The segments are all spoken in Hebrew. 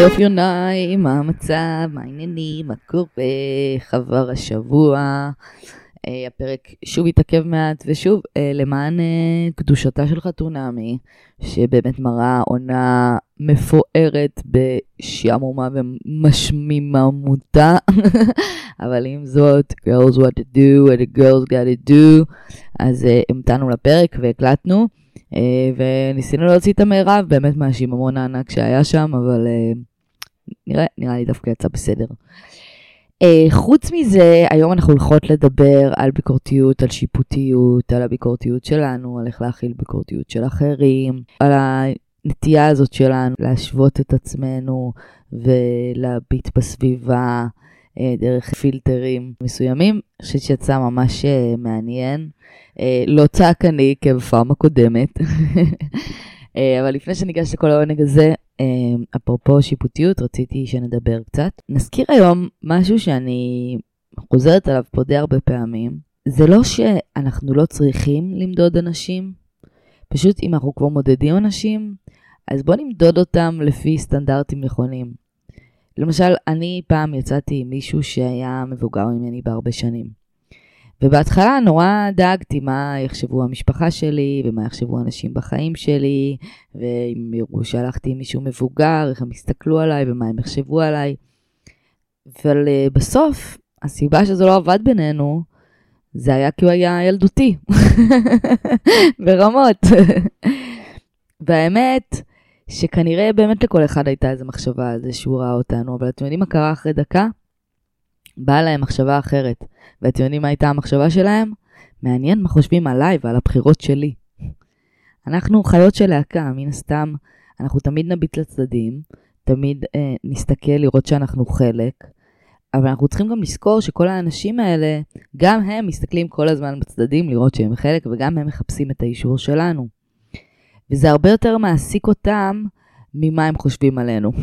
היי אופיונאי, מה המצב, מה העניינים, מה קורה, חבר השבוע. הפרק שוב התעכב מעט, ושוב למען קדושתה של חתונמי, שבאמת מראה עונה מפוארת בשעמומה ומשמיממותה. אבל עם זאת, girls what to do, what the girls gotta do. אז המתנו לפרק והקלטנו, וניסינו להוציא את המערב, באמת מהשיממון הענק שהיה שם, אבל נראה לי דווקא יצא בסדר. חוץ מזה, היום אנחנו הולכות לדבר על ביקורתיות, על שיפוטיות, על הביקורתיות שלנו, על איך להכיל ביקורתיות של אחרים, על הנטייה הזאת שלנו להשוות את עצמנו ולהביט בסביבה דרך פילטרים מסוימים. אני חושבת שיצא ממש מעניין. לא צעקני כבפעם הקודמת. אבל לפני שניגש לכל העונג הזה, אפרופו שיפוטיות, רציתי שנדבר קצת. נזכיר היום משהו שאני חוזרת עליו פה די הרבה פעמים. זה לא שאנחנו לא צריכים למדוד אנשים, פשוט אם אנחנו כבר מודדים אנשים, אז בוא נמדוד אותם לפי סטנדרטים נכונים. למשל, אני פעם יצאתי עם מישהו שהיה מבוגר ממני בהרבה שנים. ובהתחלה נורא דאגתי מה יחשבו המשפחה שלי, ומה יחשבו אנשים בחיים שלי, ואם יראו שהלכתי עם מישהו מבוגר, איך הם יסתכלו עליי, ומה הם יחשבו עליי. אבל בסוף, הסיבה שזה לא עבד בינינו, זה היה כי הוא היה ילדותי. ברמות. והאמת, שכנראה באמת לכל אחד הייתה איזו מחשבה על זה שהוא ראה אותנו, אבל אתם יודעים מה קרה אחרי דקה? באה להם מחשבה אחרת, ואתם יודעים מה הייתה המחשבה שלהם? מעניין מה חושבים עליי ועל הבחירות שלי. אנחנו חיות של להקה, מן הסתם, אנחנו תמיד נביט לצדדים, תמיד נסתכל לראות שאנחנו חלק, אבל אנחנו צריכים גם לזכור שכל האנשים האלה, גם הם מסתכלים כל הזמן בצדדים לראות שהם חלק, וגם הם מחפשים את האישור שלנו. וזה הרבה יותר מעסיק אותם ממה הם חושבים עלינו.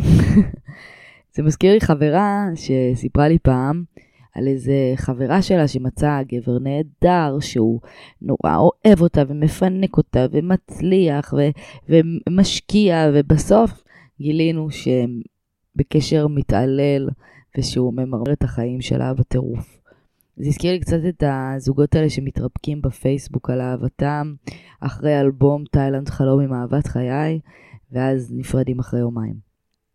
זה מזכיר לי חברה שסיפרה לי פעם על איזה חברה שלה שמצאה גבר נהדר שהוא נורא אוהב אותה ומפנק אותה ומצליח ומשקיע, ובסוף גילינו שהם בקשר מתעלל ושהוא ממרר את החיים שלה בטירוף. זה הזכיר לי קצת את הזוגות האלה שמתרפקים בפייסבוק על אהבתם אחרי אלבום תאילנד חלום עם אהבת חיי, ואז נפרדים אחרי יומיים.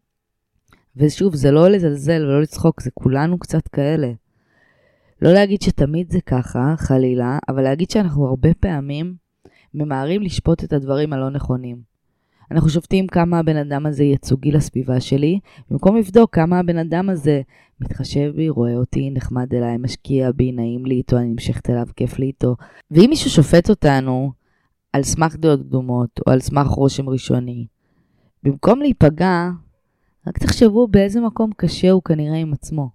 ושוב, זה לא לזלזל ולא לצחוק, זה כולנו קצת כאלה. לא להגיד שתמיד זה ככה, חלילה, אבל להגיד שאנחנו הרבה פעמים ממהרים לשפוט את הדברים הלא נכונים. אנחנו שופטים כמה הבן אדם הזה ייצוגי לסביבה שלי, במקום לבדוק כמה הבן אדם הזה מתחשב בי, רואה אותי, נחמד אליי, משקיע בי, נעים לי איתו, אני נמשכת אליו, כיף לי איתו. ואם מישהו שופט אותנו על סמך דעות קדומות או על סמך רושם ראשוני, במקום להיפגע, רק תחשבו באיזה מקום קשה הוא כנראה עם עצמו.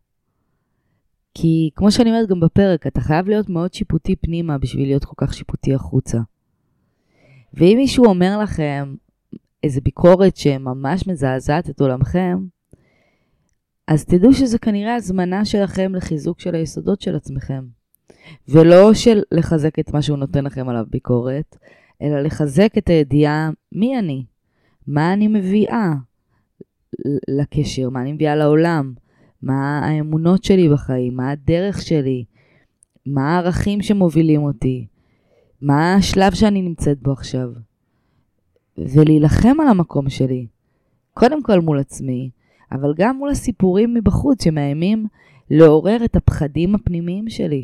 כי כמו שאני אומרת גם בפרק, אתה חייב להיות מאוד שיפוטי פנימה בשביל להיות כל כך שיפוטי החוצה. ואם מישהו אומר לכם איזו ביקורת שממש מזעזעת את עולמכם, אז תדעו שזה כנראה הזמנה שלכם לחיזוק של היסודות של עצמכם. ולא של לחזק את מה שהוא נותן לכם עליו ביקורת, אלא לחזק את הידיעה מי אני, מה אני מביאה לקשר, מה אני מביאה לעולם, מה האמונות שלי בחיים, מה הדרך שלי, מה הערכים שמובילים אותי, מה השלב שאני נמצאת בו עכשיו. ולהילחם על המקום שלי, קודם כל מול עצמי, אבל גם מול הסיפורים מבחוץ שמאיימים לעורר את הפחדים הפנימיים שלי.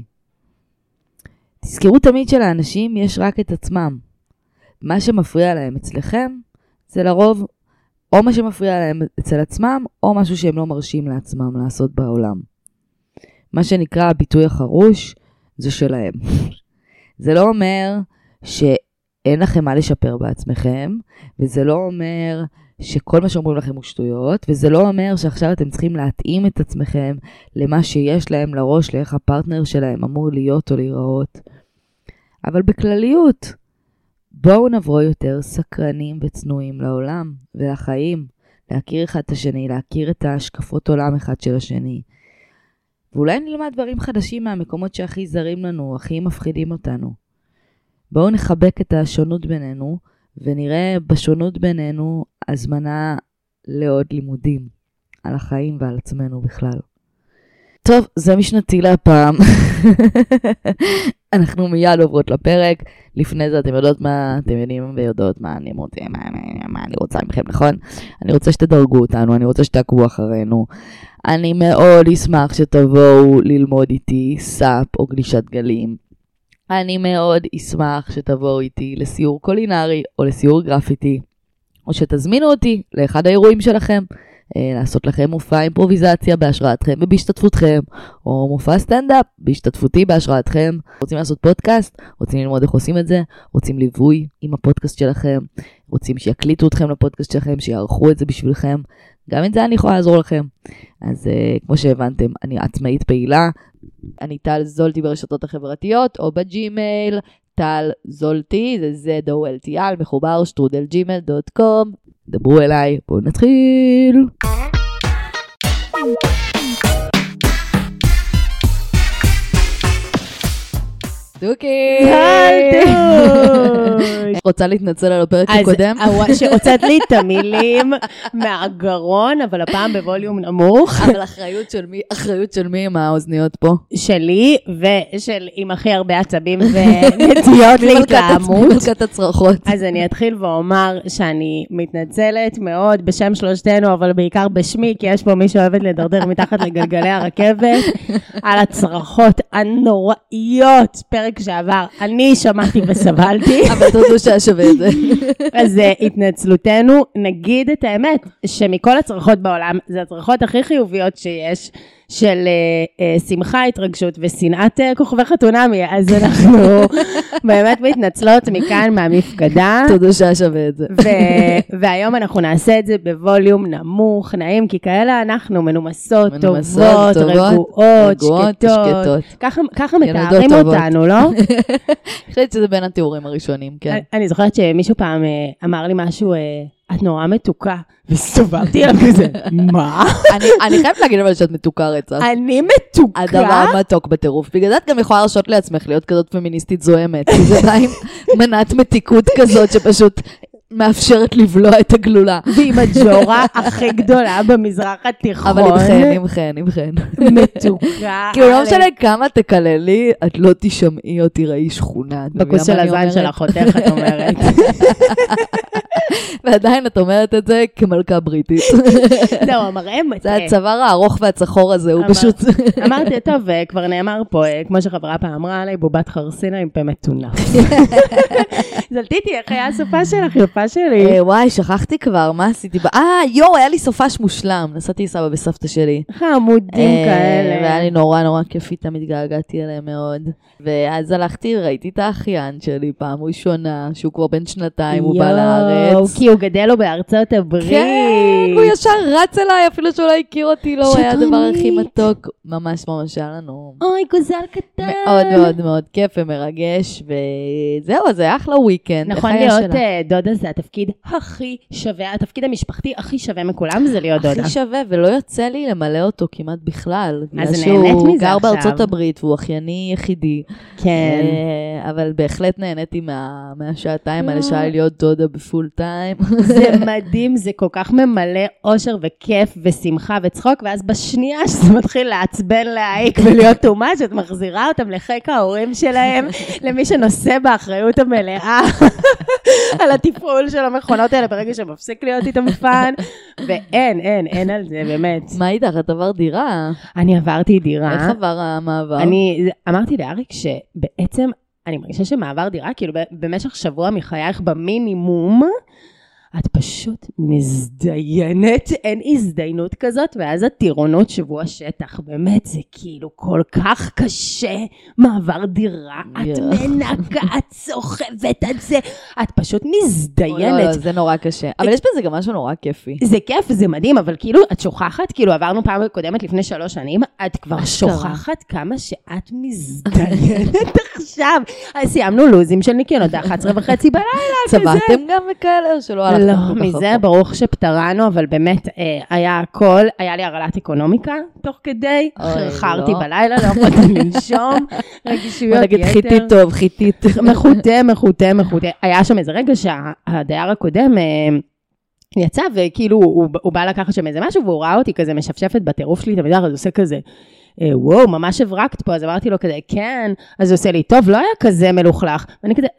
תזכרו תמיד שלאנשים יש רק את עצמם. מה שמפריע להם אצלכם זה לרוב או מה שמפריע להם אצל עצמם, או משהו שהם לא מרשים לעצמם לעשות בעולם. מה שנקרא הביטוי החרוש, זה שלהם. זה לא אומר שאין לכם מה לשפר בעצמכם, וזה לא אומר שכל מה שאומרים לכם הוא שטויות, וזה לא אומר שעכשיו אתם צריכים להתאים את עצמכם למה שיש להם לראש, לאיך הפרטנר שלהם אמור להיות או להיראות. אבל בכלליות, בואו נבוא יותר סקרנים וצנועים לעולם ולחיים, להכיר אחד את השני, להכיר את ההשקפות עולם אחד של השני. ואולי נלמד דברים חדשים מהמקומות שהכי זרים לנו, הכי מפחידים אותנו. בואו נחבק את השונות בינינו, ונראה בשונות בינינו הזמנה לעוד לימודים. על החיים ועל עצמנו בכלל. טוב, זה משנתי להפעם. אנחנו מיד עוברות לפרק. לפני זה אתם יודעות מה, אתם יודעים ויודעות מה אני רוצה מכם, נכון? אני רוצה שתדרגו אותנו, אני רוצה שתעקבו אחרינו. אני מאוד אשמח שתבואו ללמוד איתי סאפ או גלישת גלים. אני מאוד אשמח שתבואו איתי לסיור קולינרי או לסיור גרפיטי, או שתזמינו אותי לאחד האירועים שלכם, לעשות לכם מופע אימפרוביזציה בהשראתכם ובהשתתפותכם, או מופע סטנדאפ בהשתתפותי בהשראתכם. רוצים לעשות פודקאסט? רוצים ללמוד איך עושים את זה? רוצים ליווי עם הפודקאסט שלכם? רוצים שיקליטו אתכם לפודקאסט שלכם, שיערכו את זה בשבילכם? גם את זה אני יכולה לעזור לכם. אז כמו שהבנתם, אני עצמאית פעילה. אני טל זולטי ברשתות החברתיות, או בג'ימייל, טל זולטי, זה ZOLTL, מחובר שטרודלג'ימייל.com. דברו אליי, בואו נתחיל. דוקי! רוצה להתנצל על הפרק הקודם? אז שהוצאת לי את המילים מהגרון, אבל הפעם בווליום נמוך. אבל אחריות של מי עם האוזניות פה? שלי, ושל עם הכי הרבה עצבים ונטיות להתלהמות. מלכת הצרחות. אז אני אתחיל ואומר שאני מתנצלת מאוד בשם שלושתנו, אבל בעיקר בשמי, כי יש פה מי שאוהבת לדרדר מתחת לגלגלי הרכבת, על הצרחות הנוראיות. פרק שעבר, אני שמעתי וסבלתי. אבל תודו ששווה את זה. אז התנצלותנו, נגיד את האמת, שמכל הצרחות בעולם, זה הצרחות הכי חיוביות שיש, של שמחה, התרגשות ושנאת כוכבי חתונמי, אז אנחנו באמת מתנצלות מכאן מהמפקדה. תודו ששווה את זה. והיום אנחנו נעשה את זה בווליום נמוך, נעים, כי כאלה אנחנו מנומסות, טובות, רגועות, שקטות. ככה מתארים אותנו, לא? אני חושבת שזה בין התיאורים הראשונים, כן. אני זוכרת שמישהו פעם אמר לי משהו, את נורא מתוקה, וסובבתי עליו כזה, מה? אני חייבת להגיד אבל שאת מתוקה רצח. אני מתוקה? הדבר מתוק בטירוף. בגלל זה את גם יכולה להרשות לעצמך להיות כזאת פמיניסטית זוהמת. כי זה די מנת מתיקות כזאת שפשוט מאפשרת לבלוע את הגלולה. ועם הג'ורה הכי גדולה במזרח התיכון. אבל עם חן. מתוקה. כאילו לא משנה כמה תקללי, את לא תשמעי או תראי שכונה. בכוס של הזין של אחותך, את אומרת. ועדיין את אומרת את זה כמלכה בריטית. זהו, המראה מטעה. זה הצוואר הארוך והצחור הזה, הוא פשוט... אמרתי, טוב, כבר נאמר פה, כמו שחברה פעם אמרה עליי, בובת חרסינה עם פה מטונף. זלטיתי, איך היה הסופה שלך, יופה שלי? וואי, שכחתי כבר, מה עשיתי? היה לי סופש מושלם, נסעתי עם סבא בסבתא שלי. חמודים כאלה. והיה לי נורא כיפי, תמיד געגעתי אליהם מאוד. ואז הלכתי, ראיתי את האחיין שלי פעם ראשונה, שהוא כבר בן שנתיים, הוא בא לארץ. כי הוא גדל לו בארצות הברית. כן, הוא ישר רץ אליי, אפילו שהוא לא הכיר אותי, לא, הוא היה הדבר הכי מתוק. ממש היה לנו. אוי, גוזל קטן. מאוד כיף ומרגש, וזהו, זה היה אחלה וויקנד. נכון, להיות דודה זה התפקיד הכי שווה, התפקיד המשפחתי הכי שווה מכולם זה להיות דודה. הכי שווה, ולא יוצא לי למלא אותו כמעט בכלל. אז נהנית מזה עכשיו. הוא גר בארצות הברית, והוא אחייני יחידי. כן. אבל בהחלט נהניתי מהשעתיים האלה שהיה להיות דודה בפול טיים. זה מדהים, זה כל כך ממלא אושר וכיף ושמחה וצחוק, ואז בשנייה שזה מתחיל לעצבן להעיק ולהיות תומש, את מחזירה אותם לחיק ההורים שלהם, למי שנושא באחריות המלאה על התפעול של המכונות האלה, ברגע שמפסיק להיות איתם פן, ואין על זה, באמת. מה איתך? את עבר דירה? אני עברתי דירה. איך עבר המעבר? אני אמרתי לאריק שבעצם, אני מרגישה שמעבר דירה, כאילו במשך שבוע מחייך במינימום, את פשוט מזדיינת, אין הזדיינות כזאת, ואז הטירונות שבוע שטח, באמת זה כאילו כל כך קשה, מעבר דירה, את מנקה, את סוחבת את זה, את פשוט מזדיינת. לא, זה נורא קשה, אבל יש בזה גם משהו נורא כיפי. זה כיף, זה מדהים, אבל כאילו את שוכחת, כאילו עברנו פעם קודמת לפני 3 שנים, את כבר שוכחת כמה שאת מזדיינת עכשיו. אז סיימנו לוזים של ניקיונות, 11:30 בלילה, כזה. צבעתם גם וכאלה, שלא הלכתם? לא, מזה ברוך שפטרנו, אבל באמת היה הכל, היה לי הרעלת אקונומיקה תוך כדי, חרחרתי בלילה, לא יכולתי לנשום, רגישויות יתר. נגיד חיתית טוב, חיתית. מחוטה. היה שם איזה רגע שהדייר הקודם יצא, וכאילו הוא בא לקחת שם איזה משהו, והוא ראה אותי כזה משפשפת בטירוף שלי, תמיד אז הוא עושה כזה, וואו, ממש הברקת פה, אז אמרתי לו כזה, כן, אז הוא עושה לי, טוב, לא היה כזה מלוכלך, ואני כזה,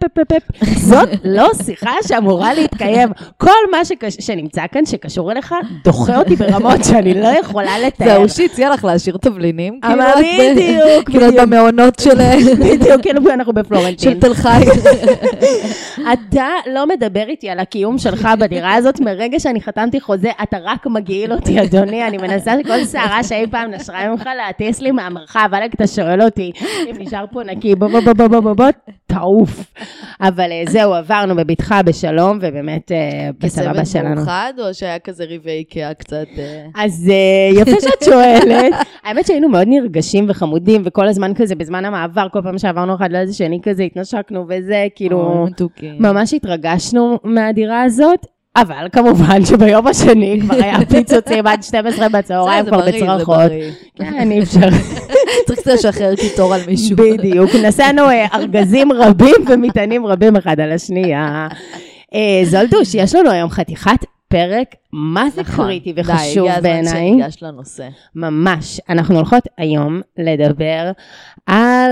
זאת לא שיחה שאמורה להתקיים, כל מה שנמצא כאן, שקשור אליך, דוחה אותי ברמות שאני לא יכולה לתאר. זהו שהציע לך להשאיר תבלינים, בדיוק, כאילו במעונות שלהם, בדיוק, כאילו אנחנו בפלורנטין. של תל חי. אתה לא מדבר איתי על הקיום שלך בדירה הזאת, מרגע שאני חתמתי חוזה, אתה רק מגעיל אותי, אדוני, אני מנסה שכל שערה שאי פעם נשרה ממך להטיס לי מהמרחב, אבל אתה שואל אותי, אם נשאר פה נקי, בוא, תעוף. אבל זהו, עברנו בביטחה בשלום, ובאמת בסבבה שלנו. כסבת מאוחד, או שהיה כזה ריבי איקאה קצת? אז יפה שאת שואלת. האמת שהיינו מאוד נרגשים וחמודים, וכל הזמן כזה, בזמן המעבר, כל פעם שעברנו אחד לאיזה שני כזה, התנשקנו וזה, כאילו, ממש התרגשנו מהדירה הזאת, אבל כמובן שביום השני כבר היה פיצוצים עד 12 בצהריים, כבר בצרחות. כן, אי אפשר. צריך קצת לשחרר קיטור על מישהו. בדיוק, נסענו ארגזים רבים ומטענים רבים אחד על השנייה. זולדוש, יש לנו היום חתיכת פרק, מה זה קריטי וחשוב בעיניי. די, הגיע הזמן שניגש לנושא. ממש, אנחנו הולכות היום לדבר על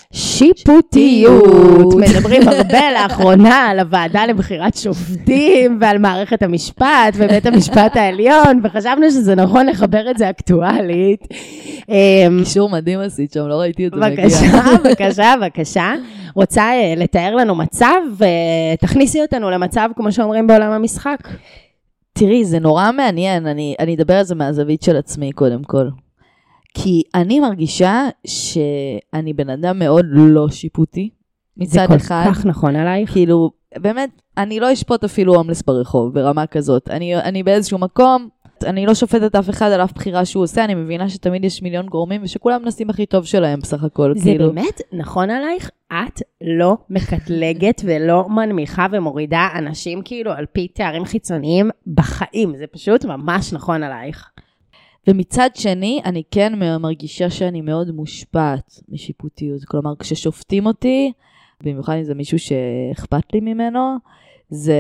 שיפוטיות. מדברים הרבה לאחרונה על הוועדה לבחירת שופטים ועל מערכת המשפט ובית המשפט העליון, וחשבנו שזה נכון לחבר את זה אקטואלית. קישור מדהים עשית שם, לא ראיתי את זה מגיע. בבקשה. רוצה לתאר לנו מצב, ותכניסי אותנו למצב כמו שאומרים בעולם המשחק. תראי, זה נורא מעניין, אני אדבר על זה מהזווית של עצמי קודם כל. כי אני מרגישה שאני בן אדם מאוד לא שיפוטי, מצד אחד. זה כל כך נכון עלייך. כאילו, באמת, אני לא אשפוט אפילו הומלס ברחוב, ברמה כזאת. אני באיזשהו מקום, אני לא שופטת אף אחד על אף בחירה שהוא עושה, אני מבינה שתמיד יש מיליון גורמים, ושכולם נסים הכי טוב שלהם בסך הכל. זה כאילו. באמת נכון עלייך? את לא מקטלגת ולא מנמיכה ומורידה אנשים כאילו על פי תארים חיצוניים בחיים. זה פשוט ממש נכון עלייך. ומצד שני, אני כן מרגישה שאני מאוד מושפעת משיפוטיות. כלומר, כששופטים אותי, במיוחד אם זה מישהו שאכפת לי ממנו, זה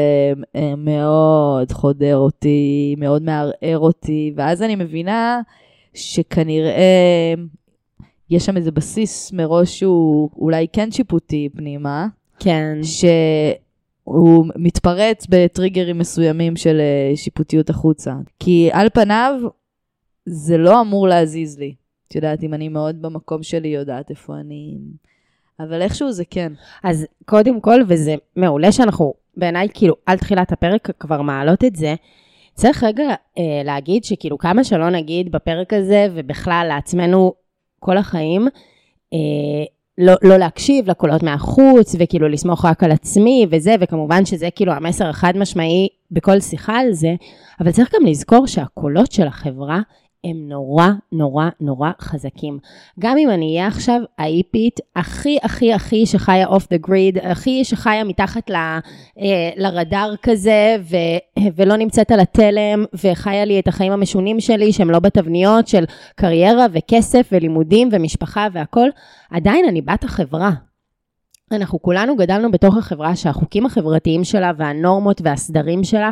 מאוד חודר אותי, מאוד מערער אותי, ואז אני מבינה שכנראה יש שם איזה בסיס מראש שהוא אולי כן שיפוטי פנימה, כן. שהוא מתפרץ בטריגרים מסוימים של שיפוטיות החוצה. כי על פניו זה לא אמור להזיז לי. את יודעת, אם אני מאוד במקום שלי יודעת איפה אני, אבל איכשהו זה כן. אז קודם כל, וזה מעולה שאנחנו בעיניי כאילו על תחילת הפרק כבר מעלות את זה, צריך רגע להגיד שכאילו כמה שלא נגיד בפרק הזה ובכלל לעצמנו כל החיים, לא להקשיב לקולות מהחוץ וכאילו לסמוך רק על עצמי וזה, וכמובן שזה כאילו המסר החד משמעי בכל שיחה על זה, אבל צריך גם לזכור שהקולות של החברה הם נורא נורא נורא חזקים. גם אם אני אהיה עכשיו האיפית הכי שחיה off the grid, הכי שחיה מתחת לרדאר כזה, ולא נמצאת על התלם, וחיה לי את החיים המשונים שלי, שהם לא בתבניות של קריירה וכסף ולימודים ומשפחה והכל, עדיין אני בת החברה. אנחנו כולנו גדלנו בתוך החברה שהחוקים החברתיים שלה והנורמות והסדרים שלה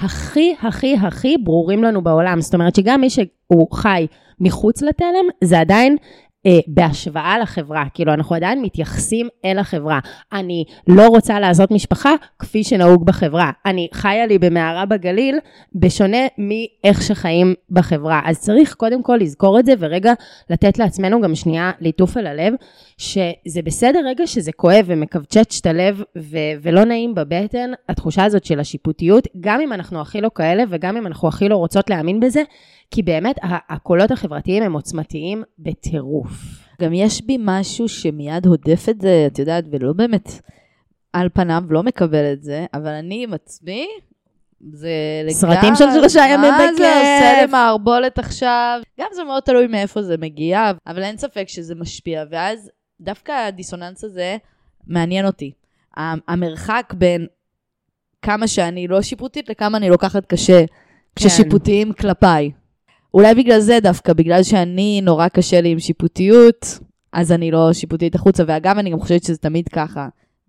הכי ברורים לנו בעולם. זאת אומרת שגם מי שהוא חי מחוץ לתלם, זה עדיין בהשוואה לחברה. כאילו אנחנו עדיין מתייחסים אל החברה. אני לא רוצה לעשות משפחה כפי שנהוג בחברה. אני חיה לי במערה בגליל, בשונה מאיך שחיים בחברה. אז צריך קודם כל לזכור את זה, ורגע לתת לעצמנו גם שנייה ליטוף על הלב, שזה בסדר רגע שזה כואב ומקבצ'ץ' את הלב ולא נעים בבטן, התחושה הזאת של השיפוטיות, גם אם אנחנו הכי לא כאלה וגם אם אנחנו הכי לא רוצות להאמין בזה, כי באמת הקולות החברתיים הם עוצמתיים בטירוף. גם יש בי משהו שמיד הודף את זה, את יודעת, ולא באמת על פניו לא מקבל את זה, אבל אני עם עצמי, זה לגמרי. סרטים של 3 ימים בכיף. מה זה עושה לי מערבולת עכשיו? גם זה מאוד תלוי מאיפה זה מגיע, אבל אין ספק שזה משפיע, ואז דווקא הדיסוננס הזה מעניין אותי. המרחק בין כמה שאני לא שיפוטית לכמה אני לוקחת קשה, כששיפוטיים כלפיי. אולי בגלל זה דווקא, בגלל שאני נורא קשה לי עם שיפוטיות, אז אני לא שיפוטית החוצה, ואגב אני גם חושבת שזה תמיד ככה,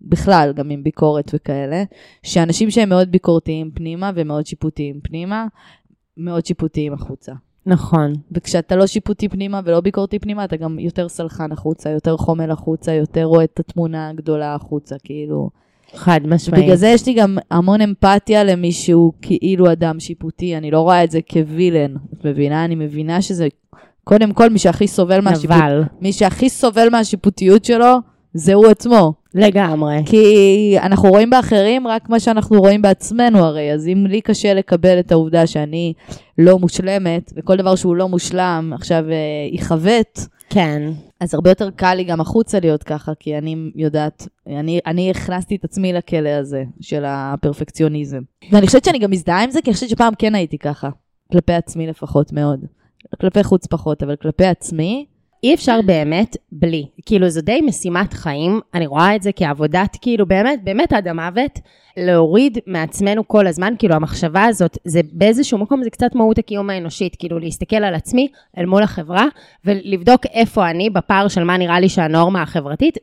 בכלל, גם עם ביקורת וכאלה, שאנשים שהם מאוד ביקורתיים פנימה ומאוד שיפוטיים פנימה, מאוד שיפוטיים החוצה. נכון. וכשאתה לא שיפוטי פנימה ולא ביקורתי פנימה, אתה גם יותר סלחן החוצה, יותר חומל החוצה, יותר רואה את התמונה הגדולה החוצה, כאילו. חד משמעית. בגלל זה יש לי גם המון אמפתיה למישהו כאילו אדם שיפוטי, אני לא רואה את זה כווילן, את מבינה? אני מבינה שזה, קודם כל, מי שהכי סובל מהשיפוטיות שלו, זה הוא עצמו. לגמרי. כי אנחנו רואים באחרים רק מה שאנחנו רואים בעצמנו הרי, אז אם לי קשה לקבל את העובדה שאני לא מושלמת, וכל דבר שהוא לא מושלם עכשיו יחוות, כן. אז הרבה יותר קל לי גם החוצה להיות ככה, כי אני יודעת, אני הכנסתי את עצמי לכלא הזה של הפרפקציוניזם. ואני חושבת שאני גם מזדהה עם זה, כי אני חושבת שפעם כן הייתי ככה, כלפי עצמי לפחות מאוד. כלפי חוץ פחות, אבל כלפי עצמי, אי אפשר באמת בלי. כאילו זו די משימת חיים, אני רואה את זה כעבודת, כאילו באמת עד המוות, להוריד מעצמנו כל הזמן, כאילו המחשבה הזאת, זה באיזשהו מקום, זה קצת מהות הקיום האנושית, כאילו להסתכל על עצמי, אל מול החברה, ולבדוק איפה אני, בפער של מה נראה לי שהנורמה החברתית,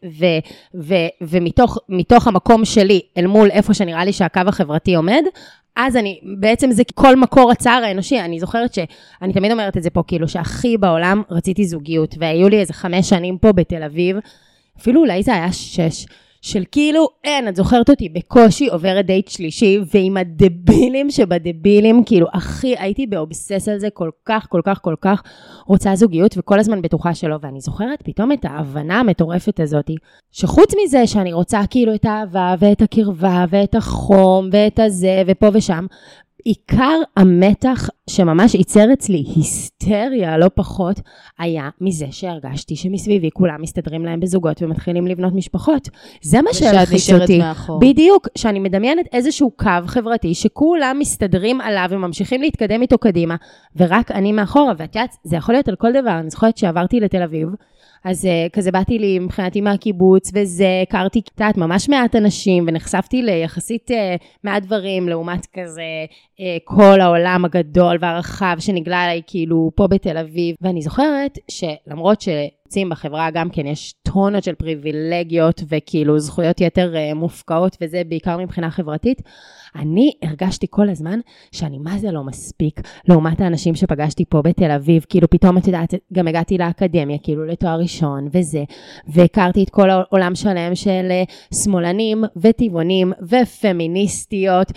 ומתוך המקום שלי, אל מול איפה שנראה לי שהקו החברתי עומד, אז בעצם זה כל מקור הצער האנושי, אני זוכרת שאני תמיד אומרת את זה פה, כאילו שהכי בעולם רציתי זוגיות, והיו לי איזה 5 שנים פה בתל אביב, אפילו אולי זה היה 6, של כאילו, את זוכרת אותי בקושי עוברת דייט שלישי, ועם הדבילים שבדבילים, כאילו, הייתי באובסס על זה כל כך רוצה זוגיות, וכל הזמן בטוחה שלו, ואני זוכרת פתאום את ההבנה המטורפת הזאת, שחוץ מזה שאני רוצה כאילו את האהבה, ואת הקרבה, ואת החום, ואת הזה, ופה ושם, עיקר המתח שממש ייצר אצלי היסטריה, לא פחות, היה מזה שהרגשתי שמסביבי כולם מסתדרים להם בזוגות ומתחילים לבנות משפחות. זה מה שהלחיץ אותי. בדיוק, שאני מדמיינת איזשהו קו חברתי שכולם מסתדרים עליו וממשיכים להתקדם איתו קדימה, ורק אני מאחורה, ואת יודעת, זה יכול להיות על כל דבר. אני זוכרת שעברתי לתל אביב, אז כזה באתי לי מבחינתי מהקיבוץ, וזה הכרתי קצת ממש מעט אנשים, ונחשפתי ליחסית מעט דברים, לעומת כזה כל העולם הגדול והרחב שנגלה עליי כאילו פה בתל אביב. ואני זוכרת שלמרות שיוצאים בחברה גם כן יש טונות של פריבילגיות, וכאילו זכויות יתר מופקעות, וזה בעיקר מבחינה חברתית, אני הרגשתי כל הזמן שאני מה זה לא מספיק, לעומת האנשים שפגשתי פה בתל אביב, כאילו פתאום את יודעת, גם הגעתי לאקדמיה, כאילו לתואר ראשון וזה, והכרתי את כל העולם שלהם של שמאלנים וטבעונים ופמיניסטיות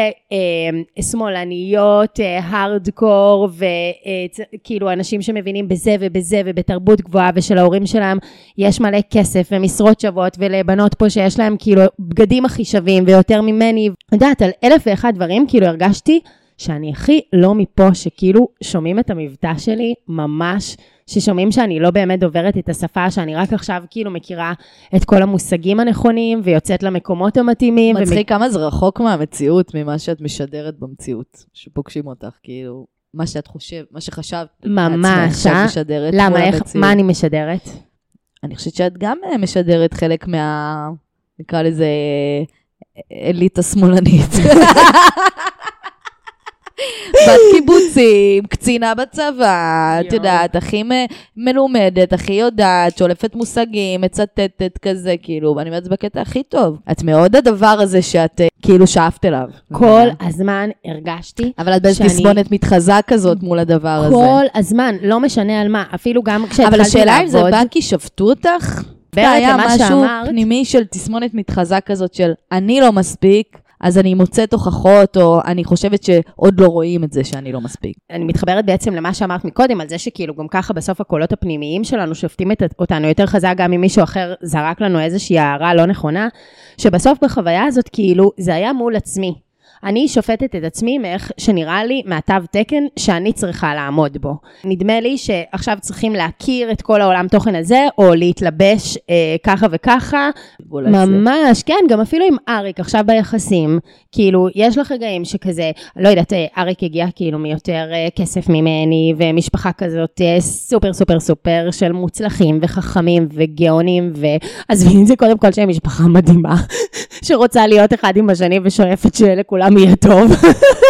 ושמאלניות, הארדקור, וכאילו אנשים שמבינים בזה ובזה ובתרבות גבוהה, ושל ההורים שלהם יש מלא כסף ומשרות שוות, ולבנות פה שיש להם כאילו בגדים הכי שווים ויותר ממני, יודעת, על 1001 דברים, כאילו הרגשתי שאני הכי לא מפה, שכאילו שומעים את המבטא שלי ממש, ששומעים שאני לא באמת דוברת את השפה, שאני רק עכשיו כאילו מכירה את כל המושגים הנכונים, ויוצאת למקומות המתאימים. מצחיק כמה זה רחוק מהמציאות, ממה שאת משדרת במציאות, שפוגשים אותך, כאילו, מה שאת חושבת, מה שחשבת, ממש, משדרת. למה, מה אני משדרת? אני חושבת שאת גם משדרת חלק נקרא לזה, אליטה שמאלנית. בת קיבוצים, קצינה בצבא, את יודעת, הכי מלומדת, הכי יודעת, שולפת מושגים, מצטטת כזה, כאילו, ואני אומרת, זה בקטע הכי טוב. את מאוד הדבר הזה שאת כאילו שאפת אליו. כל הזמן הרגשתי. אבל את בתסמונת מתחזה כזאת מול הדבר הזה. כל הזמן, לא משנה על מה, אפילו גם כשהתחלתי לעבוד. אבל השאלה אם זה בא כי שפטו אותך? היה משהו פנימי של תסמונת מתחזה כזאת של אני לא מספיק, אז אני מוצאת הוכחות, או אני חושבת שעוד לא רואים את זה שאני לא מספיק. אני מתחברת בעצם למה שאמרת מקודם, על זה שכאילו גם ככה בסוף הקולות הפנימיים שלנו שופטים אותנו יותר חזק, גם אם מישהו אחר זרק לנו איזושהי הערה לא נכונה, שבסוף בחוויה הזאת כאילו זה היה מול עצמי. אני שופטת את עצמי מאיך שנראה לי מהתו תקן שאני צריכה לעמוד בו. נדמה לי שעכשיו צריכים להכיר את כל העולם תוכן הזה, או להתלבש ככה וככה. ממש, כן, גם אפילו עם אריק, עכשיו ביחסים, כאילו, יש לך רגעים שכזה, לא יודעת, אריק הגיע כאילו מיותר כסף ממני, ומשפחה כזאת סופר סופר סופר של מוצלחים וחכמים וגאונים, ועזבי, זה קודם כל שהם משפחה מדהימה, שרוצה להיות אחד עם השני ושואפת שלכולם יהיה טוב.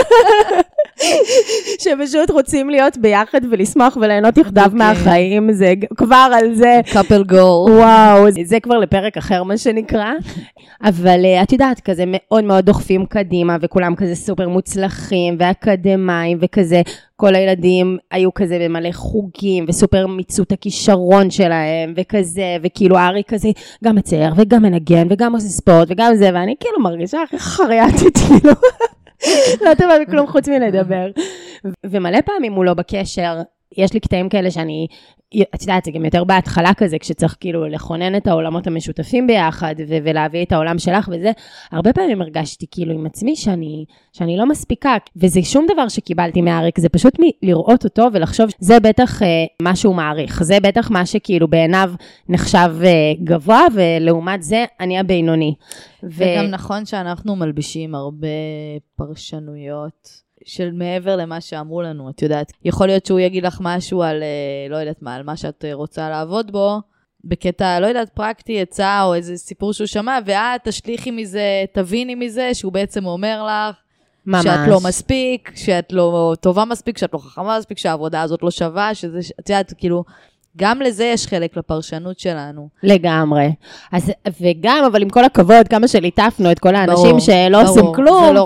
שפשוט רוצים להיות ביחד ולשמוח וליהנות יחדיו מהחיים, זה כבר על זה. couple goal. וואו, זה כבר לפרק אחר מה שנקרא. אבל את יודעת, כזה מאוד מאוד דוחפים קדימה, וכולם כזה סופר מוצלחים ואקדמיים וכזה, כל הילדים היו כזה במלא חוגים, וסופר מיצו את הכישרון שלהם, וכזה, וכאילו ארי כזה, גם מצייר וגם מנגן וגם עושה ספורט וגם זה, ואני כאילו מרגישה הכי חרייתית, כאילו. לא טובה בכלום חוץ מלדבר. ומלא פעמים הוא לא בקשר, יש לי קטעים כאלה שאני, את יודעת, זה גם יותר בהתחלה כזה, כשצריך כאילו לכונן את העולמות המשותפים ביחד, ולהביא את העולם שלך וזה, הרבה פעמים הרגשתי כאילו עם עצמי שאני לא מספיקה, וזה שום דבר שקיבלתי מהאריק, זה פשוט לראות אותו ולחשוב, זה בטח מה שהוא מעריך, זה בטח מה שכאילו בעיניו נחשב גבוה, ולעומת זה אני הבינוני. וגם נכון שאנחנו מלבישים הרבה פרשנויות, של מעבר למה שאמרו לנו, את יודעת, יכול להיות שהוא יגיד לך משהו על, לא יודעת מה, על מה שאת רוצה לעבוד בו, בקטע, לא יודעת, פרקטי, עצה, או איזה סיפור שהוא שמע, ואת תשליחי מזה, תביני מזה, שהוא בעצם אומר לך, ממש. שאת לא מספיק, שאת לא טובה מספיק, שאת לא חכמה מספיק, שהעבודה הזאת לא שווה, שזה, את יודעת, כאילו, גם לזה יש חלק לפרשנות שלנו. לגמרי. אז, וגם, אבל עם כל הכבוד, כמה שליטפנו את כל האנשים שלא עושים כלום,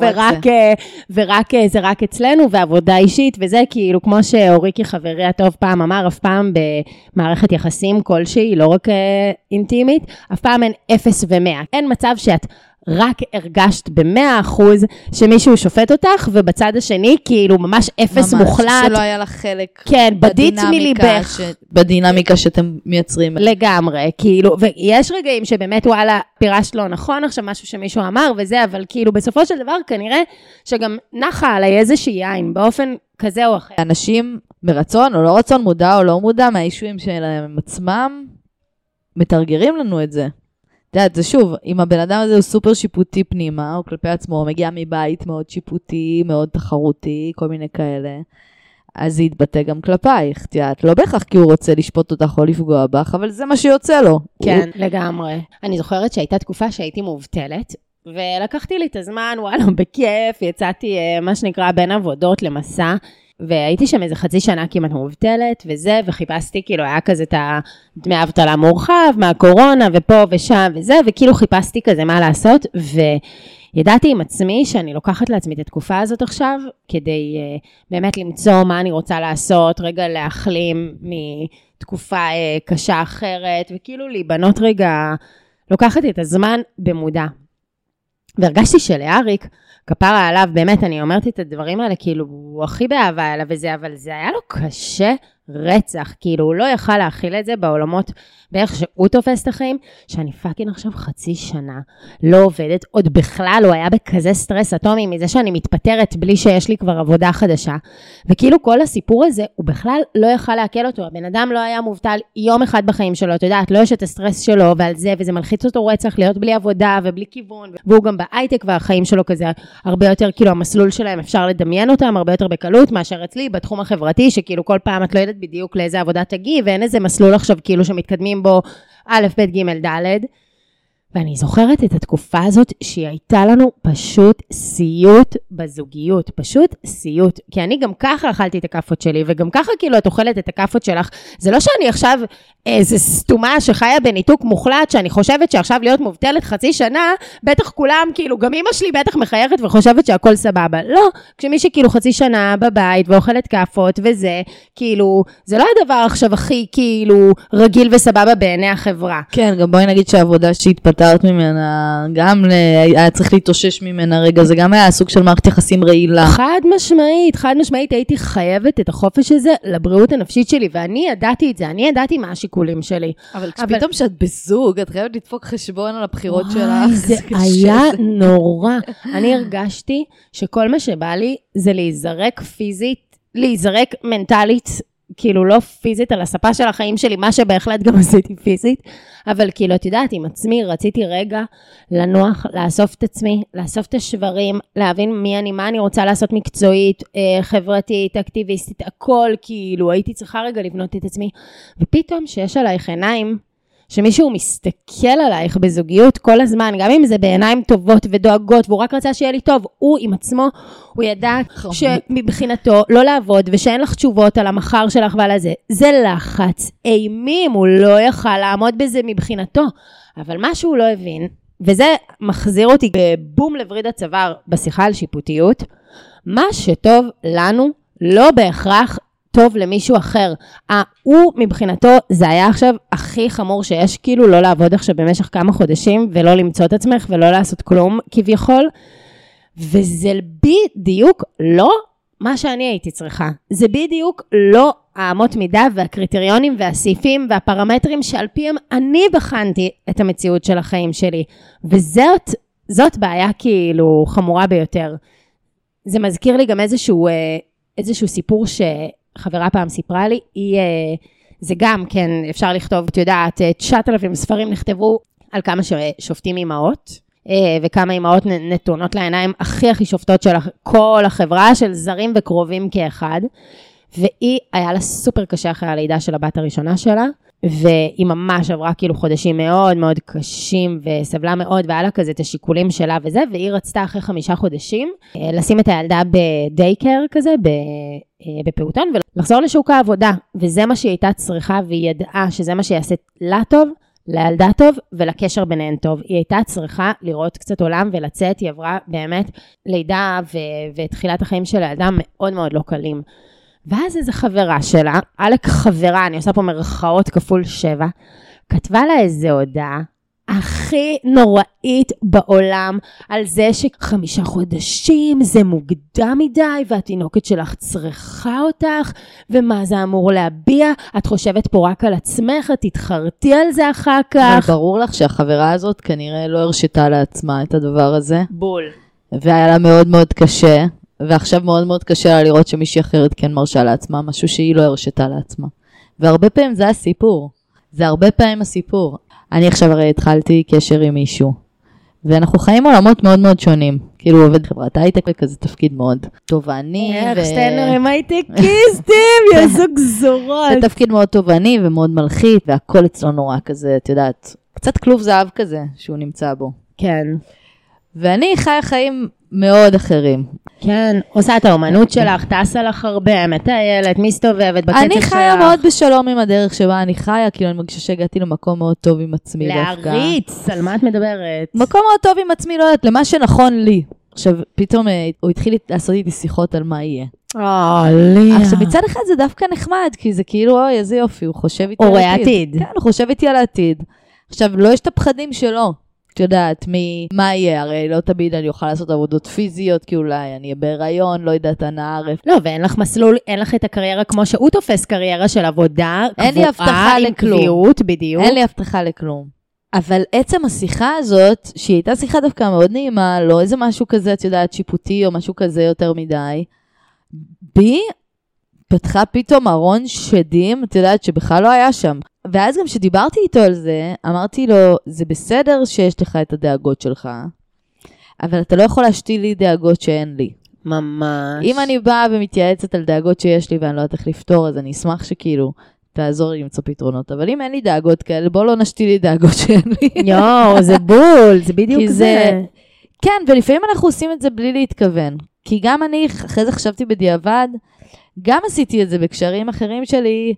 ורק זה רק אצלנו, ועבודה אישית, וזה כאילו, כמו שאוריקי חברי הטוב פעם אמר, אף פעם במערכת יחסים כלשהי, לא רק אינטימית, אף פעם אין 0 ו-100. אין מצב שאת רק הרגשת ב100% שמישהו שופט אותך, ובצד השני כאילו ממש 0 מוחלט. ממש, שלא היה לך חלק. כן, בדית מליבך. בדינמיקה שאתם מייצרים. לגמרי, כאילו, ויש רגעים שבאמת וואלה, פירשת לא נכון, עכשיו משהו שמישהו אמר וזה, אבל כאילו בסופו של דבר כנראה שגם נחה עליי איזושהי עין, באופן כזה או אחר. אנשים מרצון או לא רצון, מודע או לא מודע, מהאישויים שלהם עצמם, מתרגרים לנו את זה. את יודעת, זה שוב, אם הבן אדם הזה הוא סופר שיפוטי פנימה, או כלפי עצמו, הוא מגיע מבית מאוד שיפוטי, מאוד תחרותי, כל מיני כאלה, אז זה יתבטא גם כלפייך, את יודעת, לא בהכרח כי הוא רוצה לשפוט אותך או לפגוע בך, אבל זה מה שיוצא לו. כן, לגמרי. אני זוכרת שהייתה תקופה שהייתי מובטלת, ולקחתי לי את הזמן, וואלה, בכיף, יצאתי מה שנקרא בין עבודות למסע, והייתי שם איזה חצי שנה כמעט מובטלת וזה, וחיפשתי, כאילו היה כזה את דמי אבטלה מורחב, מהקורונה ופה ושם וזה, וכאילו חיפשתי כזה מה לעשות, וידעתי עם עצמי שאני לוקחת לעצמי את התקופה הזאת עכשיו, כדי באמת למצוא מה אני רוצה לעשות, רגע להחלים מתקופה קשה אחרת, וכאילו להיבנות רגע, לוקחת את הזמן במודע. והרגשתי שלאריק, כפרה עליו, באמת, אני אומרת את הדברים האלה, כאילו, הוא הכי באהבה עליו וזה, אבל זה היה לו קשה רצח, כאילו, הוא לא יכל להכיל את זה בעולמות, בערך שהוא תופס את החיים, שאני פאקינג עכשיו חצי שנה, לא עובדת, עוד בכלל, הוא היה בכזה סטרס אטומי, מזה שאני מתפטרת בלי שיש לי כבר עבודה חדשה, וכאילו כל הסיפור הזה, הוא בכלל לא יכל להקל אותו, הבן אדם לא היה מובטל יום אחד בחיים שלו, אתה יודעת, לא יש את הסטרס שלו, ועל זה, וזה מלחיץ אותו רצח להיות בלי עבודה ובלי כיוון, והוא גם בהייטק, והחיים שלו כזה הרבה יותר, כאילו, המסלול שלהם אפשר לדמיין אותם, הרבה יותר בקלות, מאשר אצלי, בתחום החברתי, שכאילו כל פעם את לא יודעת בדיוק לאיזה עבודה תגיעי, ואין איזה מסלול עכשיו כאילו שמתקדמים בו א', ב', ג', ד'. ואני זוכרת את התקופה הזאת שהיא הייתה לנו פשוט סיוט בזוגיות, פשוט סיוט. כי אני גם ככה אכלתי את הכפות שלי, וגם ככה כאילו את אוכלת את הכפות שלך. זה לא שאני עכשיו איזה סתומה שחיה בניתוק מוחלט, שאני חושבת שעכשיו להיות מובטלת חצי שנה, בטח כולם כאילו, גם אמא שלי בטח מחייכת וחושבת שהכל סבבה. לא, כשמי שכאילו חצי שנה בבית ואוכלת כפות וזה, כאילו, זה לא הדבר עכשיו הכי כאילו רגיל וסבבה בעיני החברה. כן, גם בואי נגיד שהעבודה שהתפטרת ממנה, גם היה צריך להתאושש ממנה רגע, זה גם היה סוג של מערכת יחסים רעילה. חד משמעית, הייתי חייבת את החופש הזה לבריאות הנפשית שלי, ואני ידעתי את זה, אני ידעתי מה השיקולים שלי. אבל פתאום שאת בזוג, את חייבת לדפוק חשבון על הבחירות שלך. זה היה נורא. אני הרגשתי שכל מה שבא לי זה להיזרק פיזית, להיזרק מנטלית, כאילו לא פיזית על הספה של החיים שלי, מה שבהחלט גם עשיתי פיזית, אבל כאילו את יודעת, עם עצמי רציתי רגע לנוח, לאסוף את עצמי, לאסוף את השברים, להבין מי אני, מה אני רוצה לעשות מקצועית, חברתית, אקטיביסטית, הכל כאילו, הייתי צריכה רגע לבנות את עצמי, ופתאום שיש עלייך עיניים, שמישהו מסתכל עלייך בזוגיות כל הזמן, גם אם זה בעיניים טובות ודואגות, והוא רק רצה שיהיה לי טוב, הוא עם עצמו, הוא ידע שמבחינתו לא לעבוד, ושאין לך תשובות על המחר שלך ועל הזה. זה לחץ אימים, הוא לא יכל לעמוד בזה מבחינתו. אבל מה שהוא לא הבין, וזה מחזיר אותי בבום לבריד הצוואר בשיחה על שיפוטיות, מה שטוב לנו לא בהכרח טוב למישהו אחר. הוא מבחינתו, זה היה עכשיו הכי חמור שיש, כאילו לא לעבוד עכשיו במשך כמה חודשים, ולא למצוא את עצמך, ולא לעשות כלום כביכול, וזה בדיוק לא מה שאני הייתי צריכה. זה בדיוק לא האמות מידה, והקריטריונים, והסעיפים, והפרמטרים, שעל פיהם אני בחנתי את המציאות של החיים שלי. וזאת בעיה כאילו חמורה ביותר. זה מזכיר לי גם איזשהו סיפור חברה פעם סיפרה לי, זה גם, כן, אפשר לכתוב, את יודעת, 9,000 ספרים נכתבו על כמה שופטים אימהות, וכמה אימהות נתונות לעיניים הכי שופטות של כל החברה, של זרים וקרובים כאחד, והיא היה לה סופר קשה אחרי הלידה של הבת הראשונה שלה, והיא ממש עברה כאילו חודשים מאוד מאוד קשים, וסבלה מאוד, והיה לה כזה את השיקולים שלה וזה, והיא רצתה אחרי 5 חודשים, לשים את הילדה בדייקר כזה, בפעוטון, ולחזור לשוק העבודה, וזה מה שהיא הייתה צריכה, והיא ידעה שזה מה שיעשה לה טוב, לילדה טוב, ולקשר ביניהן טוב. היא הייתה צריכה לראות קצת עולם ולצאת, היא עברה באמת לידה ותחילת החיים של הילדה מאוד מאוד לא קלים. ואז איזו חברה שלה, עלק חברה, אני עושה פה מרכאות כפול 7, כתבה לה איזו הודעה, הכי נוראית בעולם, על זה ש5 חודשים זה מוקדם מדי, והתינוקת שלך צריכה אותך, ומה זה אמור להביע, את חושבת פה רק על עצמך, את תתחרתי על זה אחר כך. אבל ברור לך שהחברה הזאת כנראה לא הרשתה לעצמה את הדבר הזה. בול. והיה לה מאוד מאוד קשה, ועכשיו מאוד מאוד קשה לה לראות שמישהי אחרת כן מרשה לעצמה, משהו שהיא לא הרשתה לעצמה. והרבה פעמים זה הסיפור. זה הרבה פעמים הסיפור. אני עכשיו הרי התחלתי קשר עם מישהו, ואנחנו חיים עולמות מאוד מאוד שונים. כאילו עובד חברת הייטק וכזה תפקיד מאוד תובעני. איך שטיינרים הייטקיסטים, יזו גזורות. זה תפקיד מאוד תובעני ומאוד מלחיץ, והכל אצלו נורא כזה, את יודעת, קצת כלוב זהב כזה שהוא נמצא בו. כן. ואני חיה חיים מאוד אחרים. כן, עושה את האומנות שלך, טסה לך הרבה, מטיילת, מסתובבת בקצב שלך. אני חיה מאוד בשלום עם הדרך שבה אני חיה, כאילו אני מרגישה שהגעתי למקום מאוד טוב עם עצמי דווקא. להריץ, על מה את מדברת? מקום מאוד טוב עם עצמי, לא יודעת, למה שנכון לי. עכשיו, פתאום הוא התחיל לעשות איתי שיחות על מה יהיה. ליה. עכשיו, מצד אחד זה דווקא נחמד, כי זה כאילו, אוי, איזה יופי, הוא חושב איתי על העתיד. כן, הוא חושב איתי על העתיד. עכשיו, לא יש את הפחדים שלו. את יודעת, מה יהיה? הרי לא תמיד אני אוכל לעשות עבודות פיזיות, כי אולי אני אהיה בהיריון, לא יודעת, הנערף. לא, ואין לך מסלול, אין לך את הקריירה כמו שהוא תופס קריירה של עבודה, אין לי הבטחה לכלום. קביעות, בדיוק. אין לי הבטחה לכלום. אבל עצם השיחה הזאת, שהיא הייתה שיחה דווקא מאוד נעימה, לא איזה משהו כזה, את יודעת, שיפוטי או משהו כזה יותר מדי, בי פתחה פתאום ארון שדים, את יודעת, שבכלל לא היה שם. ואז גם שדיברתי איתו על זה, אמרתי לו, זה בסדר שיש לך את הדאגות שלך, אבל אתה לא יכול להשתיל לי דאגות שאין לי. ממש. אם אני באה ומתייעצת על דאגות שיש לי ואני לא יודעת איך לפתור, אז אני אשמח שכאילו תעזור לי למצוא פתרונות. אבל אם אין לי דאגות כאלה, בוא לא נשתיל לי דאגות שאין לי. יואו, זה בול, זה בדיוק זה. כן, ולפעמים אנחנו עושים את זה בלי להתכוון. כי גם אני, אחרי זה חשבתי בדיעבד, גם עשיתי את זה בקשרים אחרים שלי,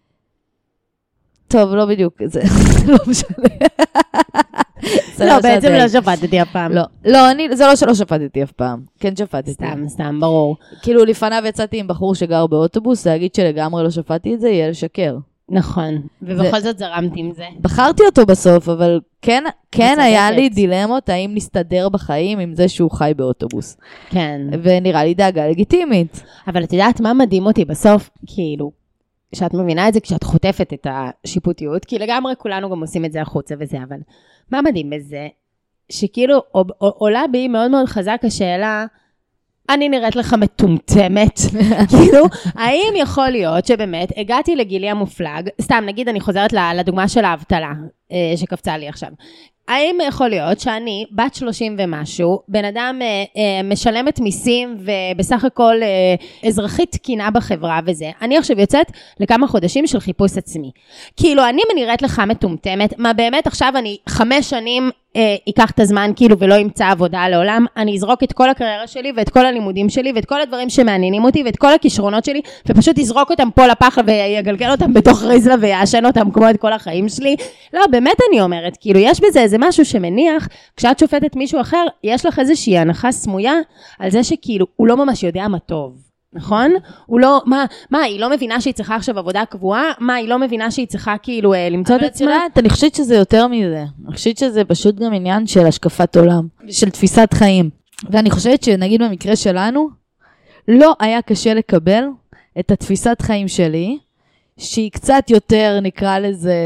טוב, לא בדיוק, זה לא משנה. לא, בעצם לא שפטתי אף פעם. לא, זה לא שלא שפטתי אף פעם. כן שפטתי. סתם, ברור. כאילו לפניו יצאתי עם בחור שגר באוטובוס, להגיד שלגמרי לא שפטתי את זה, יהיה לשקר. נכון, ובכל זאת זרמתי עם זה. בחרתי אותו בסוף, אבל כן היה לי דילמות, האם נסתדר בחיים עם זה שהוא חי באוטובוס. כן. ונראה לי דאגה לגיטימית. אבל את יודעת מה מדהים אותי בסוף, כאילו, שאת מבינה את זה כשאת חוטפת את השיפוטיות, כי לגמרי כולנו גם עושים את זה החוצה וזה, אבל מה מדהים בזה? שכאילו עולה בי מאוד מאוד חזק השאלה, אני נראית לך מטומטמת, כאילו, האם יכול להיות שבאמת הגעתי לגילי המופלג, סתם נגיד אני חוזרת לדוגמה של האבטלה, שקפצה לי עכשיו. האם יכול להיות שאני, בת 30 ומשהו, בן אדם משלמת מיסים ובסך הכל אזרחית תקינה בחברה וזה, אני עכשיו יוצאת לכמה חודשים של חיפוש עצמי. כאילו אני נראית לך מטומטמת, מה באמת עכשיו אני 5 שנים ייקח את הזמן כאילו ולא ימצא עבודה לעולם, אני אזרוק את כל הקריירה שלי ואת כל הלימודים שלי ואת כל הדברים שמעניינים אותי ואת כל הכישרונות שלי ופשוט אזרוק אותם פה לפח ויגלגל אותם בתוך ריזלה ויעשן אותם כמו את כל החיים שלי. לא, באמת אני אומרת, כאילו יש בזה איזה משהו שמניח, כשאת שופטת מישהו אחר, יש לך איזושהי הנחה סמויה על זה שכאילו הוא לא ממש יודע מה טוב. נכון? הוא לא, מה, היא לא מבינה שהיא צריכה עכשיו עבודה קבועה? מה, היא לא מבינה שהיא צריכה כאילו למצוא את עצמה? אבל את יודעת, אני חושבת שזה יותר מזה. אני חושבת שזה פשוט גם עניין של השקפת עולם, של תפיסת חיים. ואני חושבת שנגיד במקרה שלנו, לא היה קשה לקבל את התפיסת חיים שלי, שהיא קצת יותר, נקרא לזה,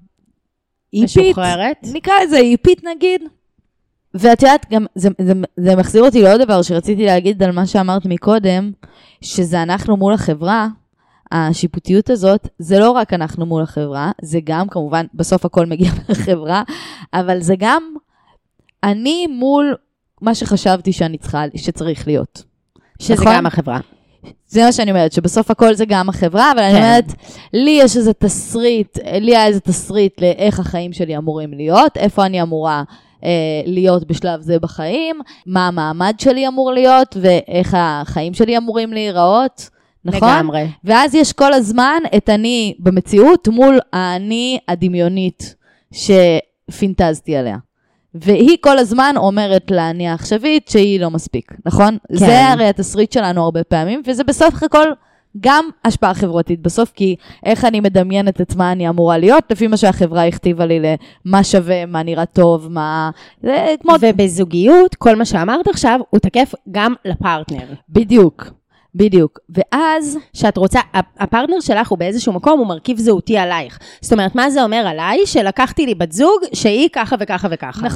איפית. משוחררת. נקרא לזה איפית נגיד. ואת יודעת, גם זה מחזיר אותי לעוד דבר שרציתי להגיד על מה שאמרת מקודם, שזה אנחנו מול החברה, השיפוטיות הזאת, זה לא רק אנחנו מול החברה, זה גם כמובן, בסוף הכל מגיע מהחברה, אבל זה גם אני מול מה שחשבתי שצריך להיות. שזה נכון? גם החברה. זה מה שאני אומרת, שבסוף הכל זה גם החברה, אבל אני אומרת, לי יש איזה תסריט, לי היה איזה תסריט לאיך החיים שלי אמורים להיות, איפה אני אמורה להיות בשלב זה בחיים, מה המעמד שלי אמור להיות, ואיך החיים שלי אמורים להיראות, נכון? לגמרי. ואז יש כל הזמן את אני במציאות מול האני הדמיונית שפינטזתי עליה. והיא כל הזמן אומרת לאני העכשווית שהיא לא מספיק, נכון? כן. זה הרי התסריט שלנו הרבה פעמים, וזה בסוף הכל גם השפעה חברתית בסוף, כי איך אני מדמיינת את מה אני אמורה להיות, לפי מה שהחברה הכתיבה לי למה שווה, מה נראה טוב, מה... ובזוגיות, כל מה שאמרת עכשיו, הוא תקף גם לפרטנר. בדיוק. בדיוק. ואז שאת רוצה, הפרטנר שלך הוא באיזשהו מקום, הוא מרכיב זהותי עלייך. זאת אומרת, מה זה אומר עליי? שלקחתי לי בת זוג שהיא ככה וככה וככה.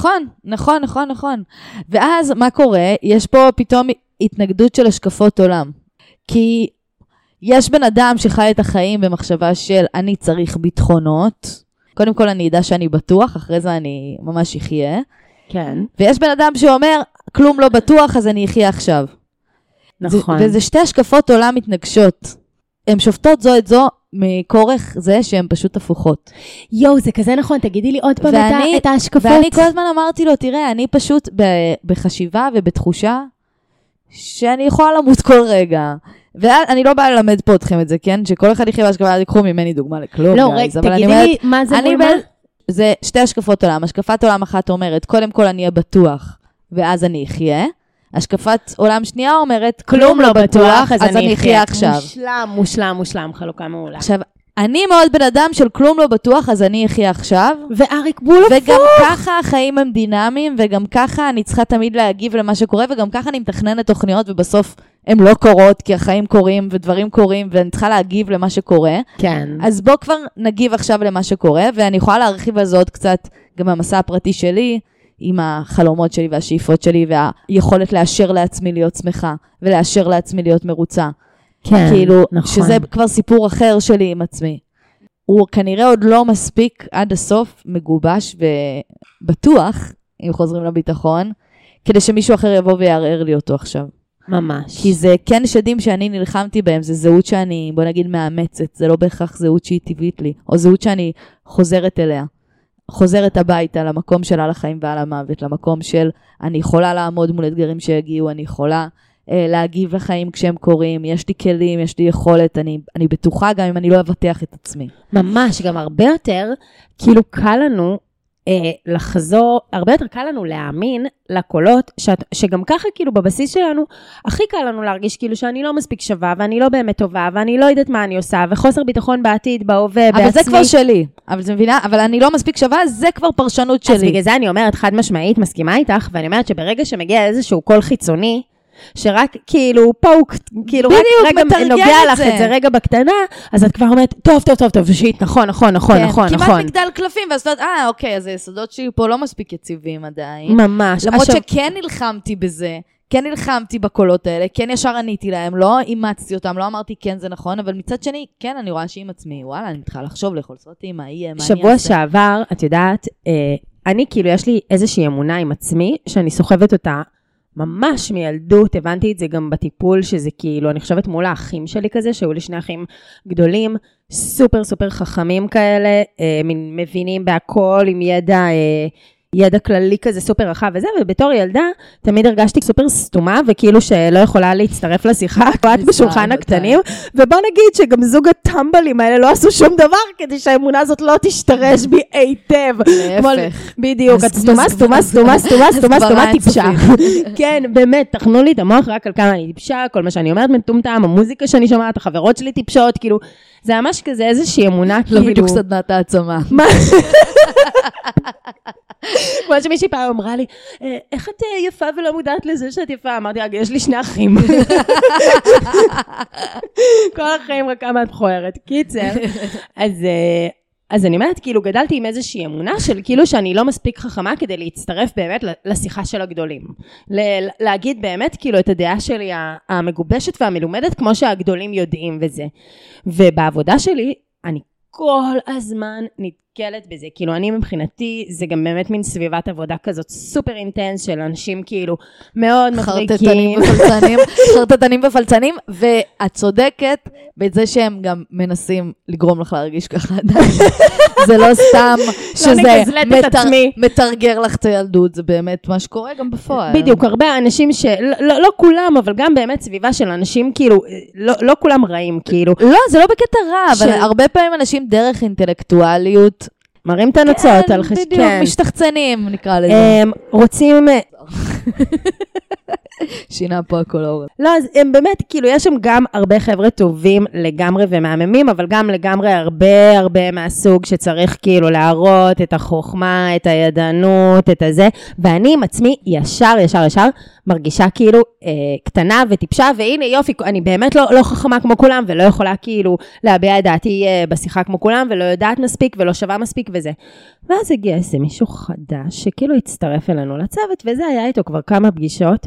נכון. ואז מה קורה? יש פה פתאום התנגדות של השקפות עולם. כי יש בן אדם שחי את החיים במחשבה של אני צריך ביטחונות. קודם כל אני יודע שאני בטוח, אחרי זה אני ממש אחיה. כן. ויש בן אדם שאומר, כלום לא בטוח, אז אני אחיה עכשיו. נכון. וזה שתי השקפות עולם מתנגשות. הן שופטות זו את זו מכורך זה שהן פשוט הפוכות. יו, זה כזה נכון, תגידי לי עוד פעם את ההשקפות. ואני כל הזמן אמרתי לו, תראה, אני פשוט בחשיבה ובתחושה שאני יכולה למות כל רגע. ואני לא באה ללמד פה אתכם את זה, כן? שכל אחד יחיה בהשקפה, תקחו ממני דוגמה לכלום. לא, רגע, תגידי לי מה זה מול מה? זה שתי השקפות עולם. השקפת עולם אחת אומרת, קודם כל אני אהיה בטוח, ואז אני אחיה. השקפת עולם שנייה אומרת, כלום לא בטוח, אז אני אחיה עכשיו. מושלם, חלוקה מעולה. עכשיו, אני מאוד בן אדם של כלום לא בטוח, אז אני אחיה עכשיו. ואריק בול הפוך. וגם ככה החיים הם דינמיים, וגם ככה אני צריכה תמיד להגיב למה שקורה, וגם ככה אני מתכננת תוכניות, ובסוף הן לא קורות, כי החיים קורים ודברים קורים, ואני צריכה להגיב למה שקורה. כן. אז בוא כבר נגיב עכשיו למה שקורה, ואני יכולה להרחיב על זה עוד קצת, גם במסע הפרטי שלי, עם החלומות שלי והשאיפות שלי, והיכולת לאשר לעצמי להיות שמחה, ולאשר לעצמי להיות מרוצה. כן, כאילו, נכון. שזה כבר סיפור אחר שלי עם עצמי. הוא כנראה עוד לא מספיק עד הסוף מגובש ובטוח, אם חוזרים לביטחון, כדי שמישהו אחר יבוא ויערער לי אותו עכשיו. ממש. כי זה כן שדים שאני נלחמתי בהם, זה זהות שאני, בוא נגיד, מאמצת, זה לא בהכרח זהות שהיא טבעית לי, או זהות שאני חוזרת אליה. חוזרת הביתה למקום שלה לחיים ועל המוות, למקום של אני יכולה לעמוד מול אתגרים שיגיעו, אני יכולה להגיב לחיים כשהם קורים, יש לי כלים, יש לי יכולת, אני בטוחה גם אם אני לא אבטח את עצמי. ממש, גם הרבה יותר, כאילו קל לנו לחזור, הרבה יותר קל לנו להאמין לקולות, שגם ככה כאילו בבסיס שלנו, הכי קל לנו להרגיש כאילו שאני לא מספיק שווה, ואני לא באמת טובה, ואני לא יודעת מה אני עושה, וחוסר ביטחון בעתיד, בהווה, בעצמי. אבל זה כבר שלי, אבל זה מבינה, אבל אני לא מספיק שווה, זה כבר פרשנות שלי. אז בגלל זה אני אומרת חד משמעית, מסכימה איתך, ואני אומרת שברגע שמגיע איזשהו קול חיצוני, שרק כאילו פוק, כאילו רק רגע נוגע לך את זה רגע בקטנה, אז את כבר אומרת, טוב, שיט, נכון. כמעט מגדל קלפים, ואז את אומרת, אוקיי, אז היסודות שלי פה לא מספיק יציבים עדיין. ממש. למרות שכן נלחמתי בזה, כן נלחמתי בקולות האלה, כן ישר עניתי להם, לא אימצתי אותם, לא אמרתי כן זה נכון, אבל מצד שני, כן אני רואה שעם עצמי, וואלה, אני מתחילה לחשוב לאכול סרטים, מה יהיה, מה אני אעשה. שבוע שעבר, את יודעת, אני כאילו יש לי איזושהי אמונה עם עצמי, שאני סוחבת אותה ממש מילדות, הבנתי את זה גם בטיפול, שזה כאילו, אני חושבת מול האחים שלי כזה, שהיו לי 2 אחים גדולים, סופר סופר חכמים כאלה, מבינים בהכל, עם ידע כללי כזה סופר רחב וזה, ובתור ילדה תמיד הרגשתי סופר סתומה, וכאילו שלא יכולה להצטרף לשיחה, קועת בשולחן הקטנים, ובוא נגיד שגם זוג הטמבלים האלה לא עשו שום דבר, כדי שהאמונה הזאת לא תשתרש בי היטב. להפך. בדיוק, את סתומה טיפשה. כן, באמת, תכנו לי את המוח רק על כמה אני טיפשה, כל מה שאני אומרת מטומטם, המוזיקה שאני שומעת, החברות שלי טיפשות, כאילו, זה ממש כזה איזושהי אמונה, כאילו... לא בדיוק סדנת העצמה. מה? כמו שמישהי פעם אמרה לי, איך את יפה ולא מודעת לזה שאת יפה? אמרתי, רגע, יש לי 2 אחים. כל החיים רק כמה את מכוערת. קיצר. אז אני אומרת, כאילו גדלתי עם איזושהי אמונה של כאילו שאני לא מספיק חכמה כדי להצטרף באמת לשיחה של הגדולים. להגיד באמת כאילו את הדעה שלי המגובשת והמלומדת כמו שהגדולים יודעים וזה. ובעבודה שלי אני כל הזמן נתקלת בזה, כאילו אני מבחינתי, זה גם באמת מין סביבת עבודה כזאת סופר אינטנס של אנשים כאילו מאוד מפריקים. חרטטנים ופלצנים, ואת צודקת בזה שהם גם מנסים לגרום לך להרגיש ככה עדיין. זה לא סתם שזה מתרגר לך את הילדות, זה באמת מה שקורה גם בפועל. בדיוק, הרבה אנשים לא כולם, אבל גם באמת סביבה של אנשים כאילו, לא כולם רעים כאילו. לא, זה לא בקטע רע, אבל הרבה פעמים אנשים דרך אינטלקטואליות, מראים את הנוצות על חשבון. בדיוק, משתחצנים נקרא לזה. רוצים... שינה פה הכל האור. לא, אז הם באמת, כאילו, יש שם גם הרבה חבר'ה טובים לגמרי ומהממים, אבל גם לגמרי הרבה מהסוג שצריך כאילו להראות את החוכמה, את הידענות, את הזה, ואני עם עצמי ישר מרגישה כאילו קטנה וטיפשה, והנה יופי, אני באמת לא חכמה כמו כולם, ולא יכולה כאילו להביע את דעתי בשיחה כמו כולם, ולא יודעת מספיק ולא שווה מספיק וזה. ואז הגיע איזה מישהו חדש, שכאילו הצטרף אלינו לצוות, וזה היה איתו כבר כמה פגישות,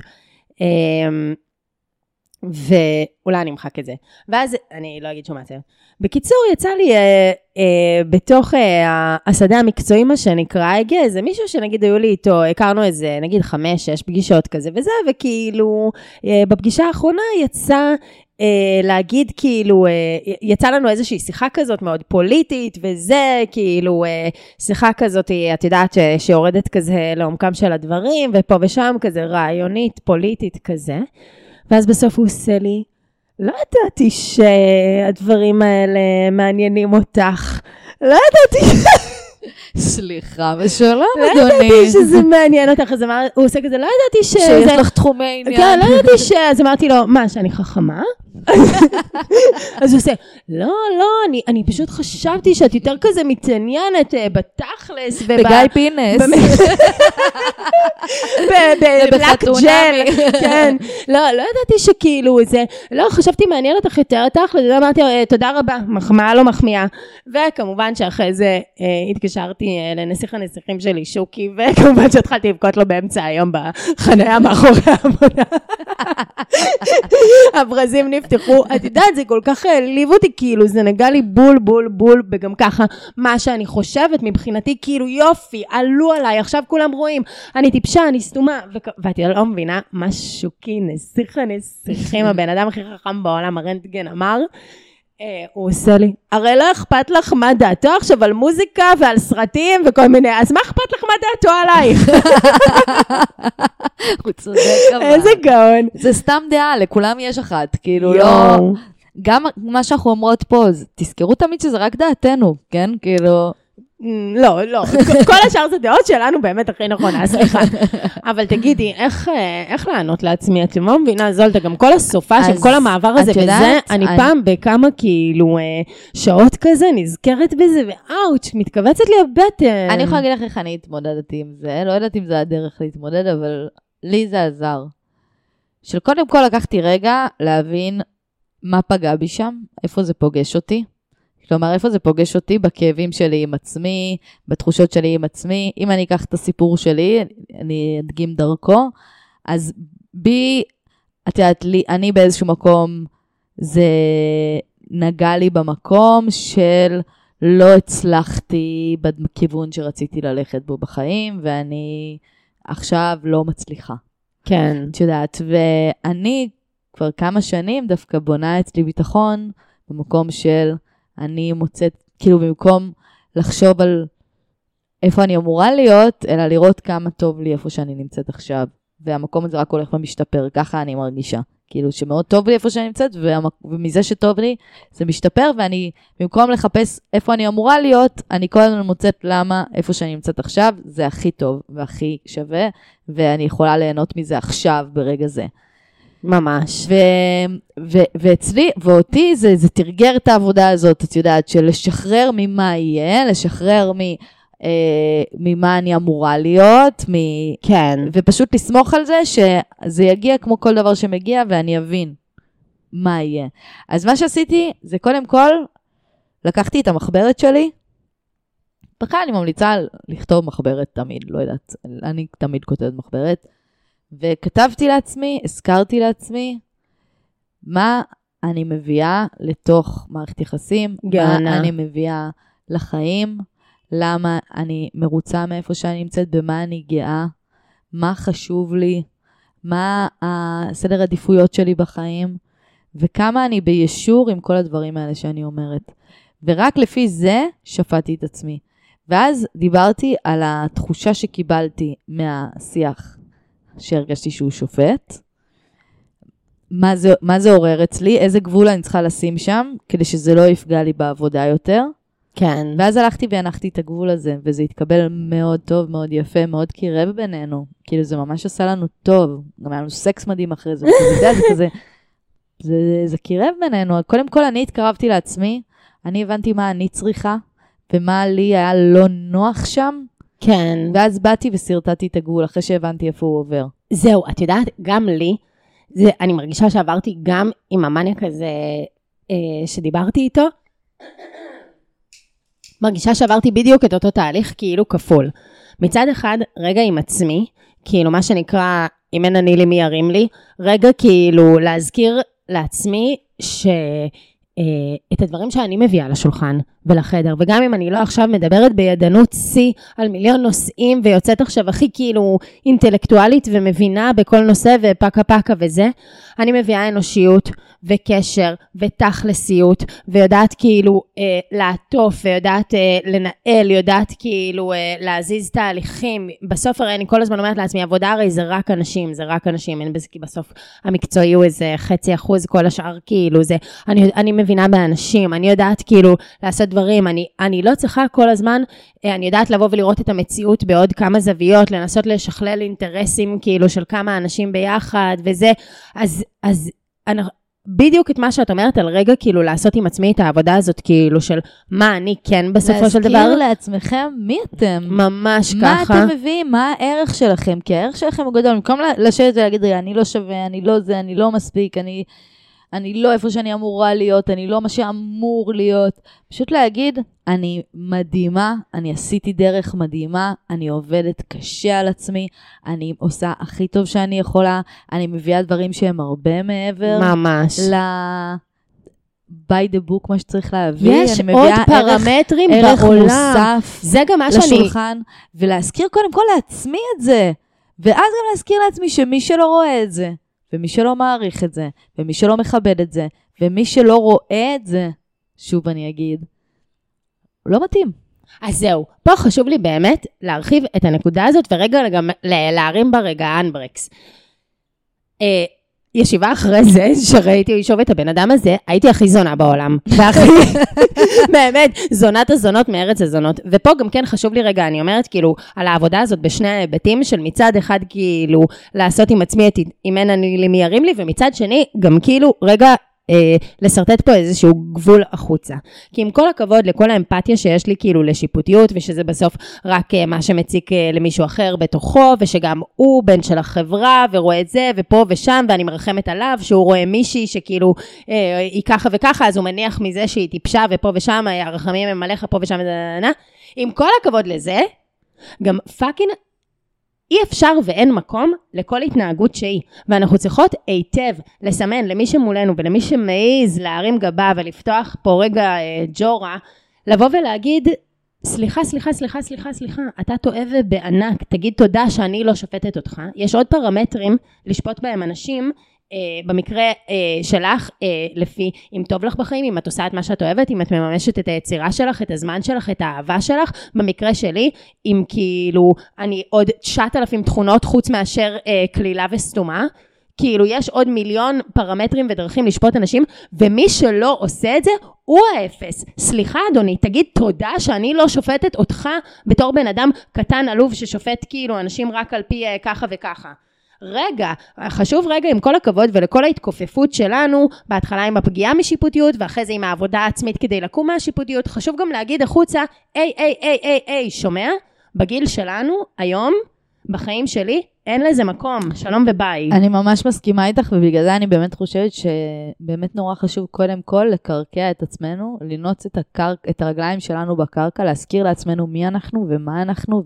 ואולי אני אמחק את זה. ואז אני לא אגיד שום מעצר. בקיצור, יצא לי בתוך השדה המקצועי, מה שנקרא, הגיע איזה מישהו שנגיד היו לי איתו, הכרנו איזה נגיד 5-6 פגישות כזה וזה, וכאילו בפגישה האחרונה יצא להגיד כאילו, יצא לנו איזושהי שיחה כזאת מאוד פוליטית, וזה כאילו שיחה כזאת, את יודעת שיורדת כזה לעומקם של הדברים, ופה ושם כזה רעיונית, פוליטית כזה, ואז בסוף הוא עושה לי, לא ידעתי שהדברים האלה מעניינים אותך, לא ידעתי סליחה ושלום אדוני. לא ידעתי שזה מעניין אותך, אז הוא עושה כזה, לא ידעתי שיש לך תחומי עניין. כן, לא ידעתי אז אמרתי לו, מה, שאני חכמה? אז הוא עושה, לא, אני פשוט חשבתי שאת יותר כזה מתעניינת בתכלס. בגיא פינס. בבלק ג'ל. כן, לא ידעתי שכאילו זה, לא, חשבתי מעניין אותך יותר תכלס, אמרתי, תודה רבה, מחמאה לא מחמיאה. וכמובן שאחרי זה התקשרתי לנסיך הנסיכים שלי, שוקי, וכמובן שהתחלתי לבכות לו באמצע היום בחניה מאחורי העבודה. הברזים נפתחו, את יודעת, זה כל כך העליב אותי, כאילו, זה נגע לי בול, וגם ככה, מה שאני חושבת מבחינתי, כאילו, יופי, עלו עליי, עכשיו כולם רואים, אני טיפשה, אני סתומה, ואת לא מבינה, מה שוקי, נסיך הנסיכים, הבן אדם הכי חכם בעולם, הרנטגן אמר, הוא עושה לי, הרי לא אכפת לך מה דעתו עכשיו על מוזיקה ועל סרטים וכל מיני, אז מה אכפת לך מה דעתו עלייך? הוא צודק אבל. איזה גאון. זה סתם דעה, לכולם יש אחת, כאילו לא, גם מה שאנחנו אומרות פה, תזכרו תמיד שזה רק דעתנו, כן? כאילו... לא, כל השאר זה דעות שלנו באמת הכי נכונה, סליחה. אבל תגידי, איך לענות לעצמי? את לא מבינה, זולטה, גם כל הסופה של כל המעבר הזה וזה, אני פעם בכמה כאילו שעות כזה נזכרת בזה, ואוץ', מתכווצת לי הבטן. אני יכולה להגיד לך איך אני התמודדתי עם זה, לא יודעת אם זה הדרך להתמודד, אבל לי זה עזר. של קודם כל לקחתי רגע להבין מה פגע בי שם, איפה זה פוגש אותי. כלומר, איפה זה פוגש אותי? בכאבים שלי עם עצמי, בתחושות שלי עם עצמי. אם אני אקח את הסיפור שלי, אני אדגים דרכו, אז בי, את יודעת, אני באיזשהו מקום, זה נגע לי במקום של לא הצלחתי בכיוון שרציתי ללכת בו בחיים, ואני עכשיו לא מצליחה. כן. את יודעת, ואני כבר כמה שנים דווקא בונה אצלי ביטחון, במקום של אני מוצאת, כאילו במקום לחשוב על איפה אני אמורה להיות, אלא לראות כמה טוב לי איפה שאני נמצאת עכשיו. והמקום הזה רק הולך ומשתפר, ככה אני מרגישה. כאילו שמאוד טוב לי איפה שאני נמצאת, ומזה שטוב לי זה משתפר, ואני במקום לחפש איפה אני אמורה להיות, אני כל הזמן מוצאת למה איפה שאני נמצאת עכשיו, זה הכי טוב והכי שווה, ואני יכולה ליהנות מזה עכשיו ברגע זה. ממש. ואצלי, ואותי זה תרגר את העבודה הזאת, את יודעת, של לשחרר ממה יהיה, לשחרר ממה אני אמורה להיות, כן. ופשוט לסמוך על זה שזה יגיע כמו כל דבר שמגיע, ואני אבין מה יהיה. אז מה שעשיתי, זה קודם כל, לקחתי את המחברת שלי, בכלל אני ממליצה לכתוב מחברת תמיד, לא יודעת, אני תמיד כותבת מחברת, וכתבתי לעצמי, הזכרתי לעצמי, מה אני מביאה לתוך מערכת יחסים, מה אני מביאה לחיים, למה אני מרוצה מאיפה שאני נמצאת, במה אני גאה, מה חשוב לי, מה הסדר עדיפויות שלי בחיים, וכמה אני בישור עם כל הדברים האלה שאני אומרת. ורק לפי זה שפטתי את עצמי. ואז דיברתי על התחושה שקיבלתי מהשיח שהרגשתי שהוא שופט, מה זה עורר אצלי, איזה גבול אני צריכה לשים שם, כדי שזה לא יפגע לי בעבודה יותר. כן. ואז הלכתי והנחתי את הגבול הזה, וזה התקבל מאוד טוב, מאוד יפה, מאוד קירב בינינו. כאילו זה ממש עשה לנו טוב, גם היה לנו סקס מדהים אחרי זה, זה קירב בינינו. קודם כל אני התקרבתי לעצמי, אני הבנתי מה אני צריכה, ומה לי היה לא נוח שם. כן. ואז באתי וסרטטתי את הגבול, אחרי שהבנתי איפה הוא עובר. זהו, את יודעת, גם לי, אני מרגישה שעברתי גם עם המניאק הזה שדיברתי איתו, מרגישה שעברתי בדיוק את אותו תהליך כאילו כפול. מצד אחד, רגע עם עצמי, כאילו מה שנקרא, אם אין אני לי מי ירים לי, רגע כאילו להזכיר לעצמי את הדברים שאני מביאה לשולחן ולחדר, וגם אם אני לא עכשיו מדברת בידענות C על מיליון נושאים, ויוצאת עכשיו הכי כאילו אינטלקטואלית ומבינה בכל נושא ופקה פקה וזה, אני מביאה אנושיות וקשר ותכלסיות, ויודעת כאילו לעטוף, ויודעת לנהל, יודעת כאילו להזיז תהליכים. בסוף הרי אני כל הזמן אומרת לעצמי, עבודה הרי זה רק אנשים, זה רק אנשים, אין בזה כי בסוף המקצועי הוא איזה 0.5%, כל השאר כאילו זה, אני מבינה באנשים, אני יודעת כאילו לעשות דברים, אני לא צריכה כל הזמן, אני יודעת לבוא ולראות את המציאות בעוד כמה זוויות, לנסות לשכלל אינטרסים כאילו של כמה אנשים ביחד וזה, אז בדיוק את מה שאת אומרת על רגע כאילו לעשות עם עצמי את העבודה הזאת כאילו של מה אני כן בסופו של דבר. להזכיר לעצמכם מי אתם. ממש מה ככה. מה אתם מביאים, מה הערך שלכם, כי הערך שלכם הוא גדול, במקום לשבת ולהגיד אני לא שווה, אני לא זה, אני לא מספיק, אני לא איפה שאני אמורה להיות, אני לא מה שאמור להיות. פשוט להגיד, אני מדהימה, אני עשיתי דרך מדהימה, אני עובדת קשה על עצמי, אני עושה הכי טוב שאני יכולה, אני מביאה דברים שהם הרבה מעבר. ממש. by the book, מה שצריך להביא. יש עוד פרמטרים ערך בעולם. מוסף זה גם מה לשולחן, ולהזכיר קודם כל לעצמי את זה, ואז גם להזכיר לעצמי שמי שלא רואה את זה, ומי שלא מעריך את זה, ומי שלא מכבד את זה, ומי שלא רואה את זה, שוב אני אגיד, לא מתאים. אז זהו, פה חשוב לי באמת להרחיב את הנקודה הזאת, ורגע גם להרים ברגע האנברקס. ישיבה אחרי זה, שראיתי שוב את הבן אדם הזה, הייתי הכי זונה בעולם. באמת, זונת הזונות מארץ הזונות. ופה גם כן חשוב לי רגע, אני אומרת כאילו, על העבודה הזאת בשני ההיבטים, של מצד אחד כאילו, לעשות עם עצמי את אם אין אני לי מי ירים לי, ומצד שני, גם כאילו, רגע, לסרטט פה איזשהו גבול החוצה. כי עם כל הכבוד לכל האמפתיה שיש לי כאילו לשיפוטיות, ושזה בסוף רק מה שמציק למישהו אחר בתוכו, ושגם הוא בן של החברה, ורואה את זה, ופה ושם, ואני מרחמת עליו, שהוא רואה מישהי שכאילו היא ככה וככה, אז הוא מניח מזה שהיא טיפשה, ופה ושם, הרחמים הם עליך פה ושם, עם כל הכבוד לזה, גם פאקינג, אי אפשר ואין מקום לכל התנהגות שהיא, ואנחנו צריכות היטב לסמן למי שמולנו ולמי שמעיז להרים גבה ולפתוח פה רגע ג'ורה, לבוא ולהגיד, סליחה, אתה טועה בענק, תגיד תודה שאני לא שופטת אותך. יש עוד פרמטרים לשפוט בהם אנשים, במקרה שלך, לפי אם טוב לך בחיים, אם את עושה את מה שאת אוהבת, אם את מממשת את היצירה שלך, את הזמן שלך, את האהבה שלך, במקרה שלי, אם כאילו אני עוד 9,000 תכונות חוץ מאשר כלילה וסתומה, כאילו יש עוד מיליון פרמטרים ודרכים לשפוט אנשים, ומי שלא עושה את זה, הוא האפס. סליחה אדוני, תגיד תודה שאני לא שופטת אותך בתור בן אדם קטן עלוב ששופט כאילו אנשים רק על פי ככה וככה. רגע, חשוב רגע עם כל הכבוד ולכל ההתכופפות שלנו, בהתחלה עם הפגיעה משיפוטיות ואחרי זה עם העבודה העצמית כדי לקום מהשיפוטיות, חשוב גם להגיד החוצה, היי, שומע? בגיל שלנו, היום, בחיים שלי, אין לזה מקום, שלום וביי. אני ממש מסכימה איתך, ובגלל זה אני באמת חושבת שבאמת נורא חשוב קודם כל לקרקע את עצמנו, לנוץ את הרגליים שלנו בקרקע, להזכיר לעצמנו מי אנחנו ומה אנחנו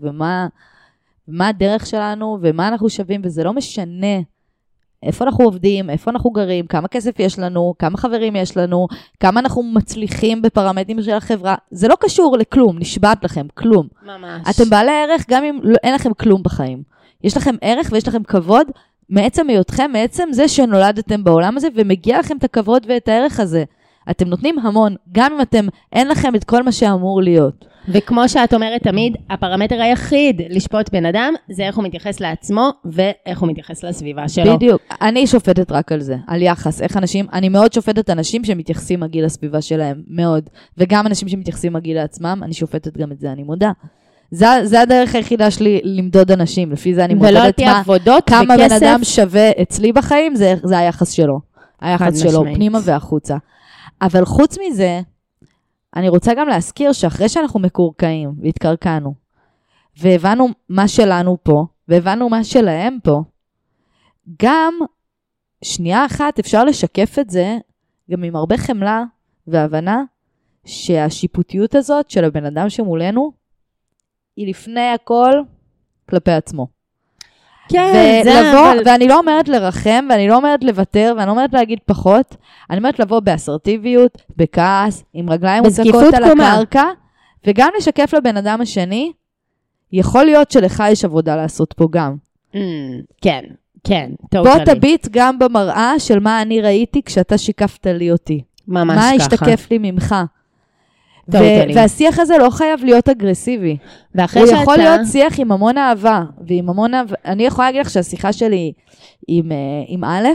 ומה הדרך שלנו ומה אנחנו שווים, וזה לא משנה איפה אנחנו עובדים, איפה אנחנו גרים, כמה כסף יש לנו, כמה חברים יש לנו, כמה אנחנו מצליחים בפרמטרים של החברה, זה לא קשור לכלום, נשבעת לכם, כלום. ממש. אתם בעלי ערך גם אם אין לכם כלום בחיים. יש לכם ערך ויש לכם כבוד, מעצם היותכם, מעצם זה שנולדתם בעולם הזה, ומגיע לכם את הכבוד ואת הערך הזה. אתם נותנים המון, גם אם אין לכם את כל מה שאמור להיות. וכמו שאת אומרת תמיד, הפרמטר היחיד לשפוט בן אדם, זה איך הוא מתייחס לעצמו, ואיך הוא מתייחס לסביבה שלו. בדיוק, אני שופטת רק על זה, על יחס, איך אנשים, אני מאוד שופטת אנשים שמתייחסים מגיל לסביבה שלהם, מאוד, וגם אנשים שמתייחסים מגיל לעצמם, אני שופטת גם את זה, אני מודה. זה הדרך היחידה שלי למדוד אנשים, לפי זה אני מודדת כמה בן אדם שווה אצלי בחיים, זה היחס שלו, היחס שלו, פנימה והחוצה. אבל חוץ מזה, אני רוצה גם להזכיר שאחרי שאנחנו מקורקעים והתקרקענו, והבנו מה שלנו פה, והבנו מה שלהם פה, גם שנייה אחת אפשר לשקף את זה, גם עם הרבה חמלה והבנה, שהשיפוטיות הזאת של הבן אדם שמולנו, היא לפני הכל כלפי עצמו. כן, ואני לא אומרת לרחם, ואני לא אומרת לוותר, ואני לא אומרת להגיד פחות, אני אומרת לבוא באסרטיביות, בכעס, עם רגליים מוצקות על הקרקע, וגם לשקף לבן אדם השני, יכול להיות שלך יש עבודה לעשות פה גם. כן, בוא תביט גם במראה של מה אני ראיתי כשאתה שיקפת לי אותי. ממש ככה. מה השתקף לי ממך. והשיח הזה לא חייב להיות אגרסיבי. הוא יכול להיות שיח עם המון אהבה, ועם המון אהבה. אני יכולה להגיד לך שהשיחה שלי עם א',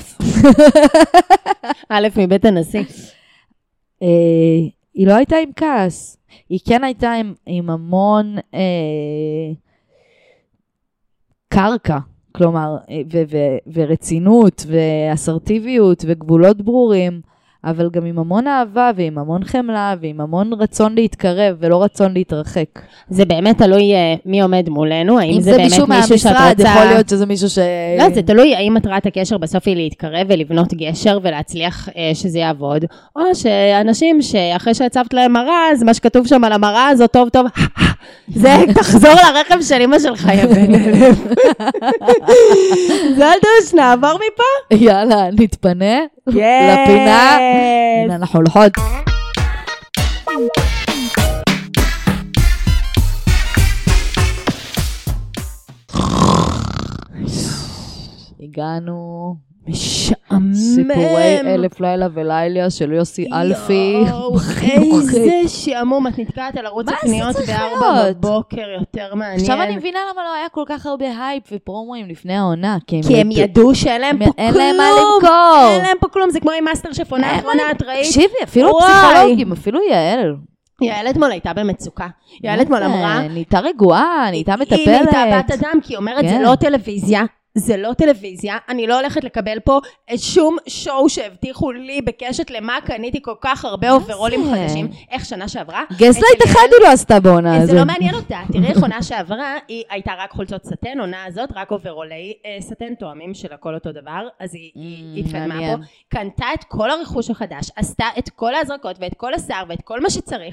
א' מבית הנשיא. היא לא הייתה עם כעס. היא כן הייתה עם המון קרקע, כלומר, ורצינות, ואסרטיביות, וגבולות ברורים, אבל גם עם המון אהבה, ועם המון חמלה, ועם המון רצון להתקרב, ולא רצון להתרחק. זה באמת תלוי מי עומד מולנו, האם זה באמת מישהו מהמשרד, יכול להיות שזה מישהו לא, זה תלוי האם מטרת הקשר בסוף היא להתקרב, ולבנות גשר, ולהצליח שזה יעבוד, או שאנשים שאחרי שהצבת להם מראה, אז מה שכתוב שם על המראה, הזו טוב, זה תחזור לרכב של אמא שלך, יא בן אלף. זלדוש, נעבור מפה? יאללה, נתפנה לפינה. הנה, אנחנו הולכות. הגענו. משעמם. סיפורי אלף לילה ולילה של יוסי אלפי. איזה שעמום. את נתקעת על ערוץ הקניות ב4 בבוקר, יותר מעניין. עכשיו אני מבינה למה לא היה כל כך הרבה הייפ ופרומואים לפני העונה. כי הם ידעו שאין להם פה כלום. אין להם מה למכור. אין להם פה כלום. זה כמו עם מאסטר שף עונה האחרונה, את ראית? תקשיבי, אפילו פסיכולוגים, אפילו יעל. יעל אתמול הייתה במצוקה. יעל אתמול אמרה... נהייתה רגועה, נהייתה מטפלת. היא נהייתה בת אדם, כי היא אומרת, זה לא טלוויזיה. זה לא טלוויזיה, אני לא הולכת לקבל פה שום שואו שהבטיחו לי בקשת למה קניתי כל כך הרבה אוברולים חדשים. איך שנה שעברה? גסלייט אחד היא לא עשתה בעונה הזו. זה לא מעניין אותה. תראי איך עונה שעברה, היא הייתה רק חולצות סטן, עונה הזאת רק אוברולי סטן תואמים של הכל אותו דבר, אז היא התפדמה פה, קנתה את כל הרכוש החדש, עשתה את כל ההזרקות ואת כל השיער ואת כל מה שצריך,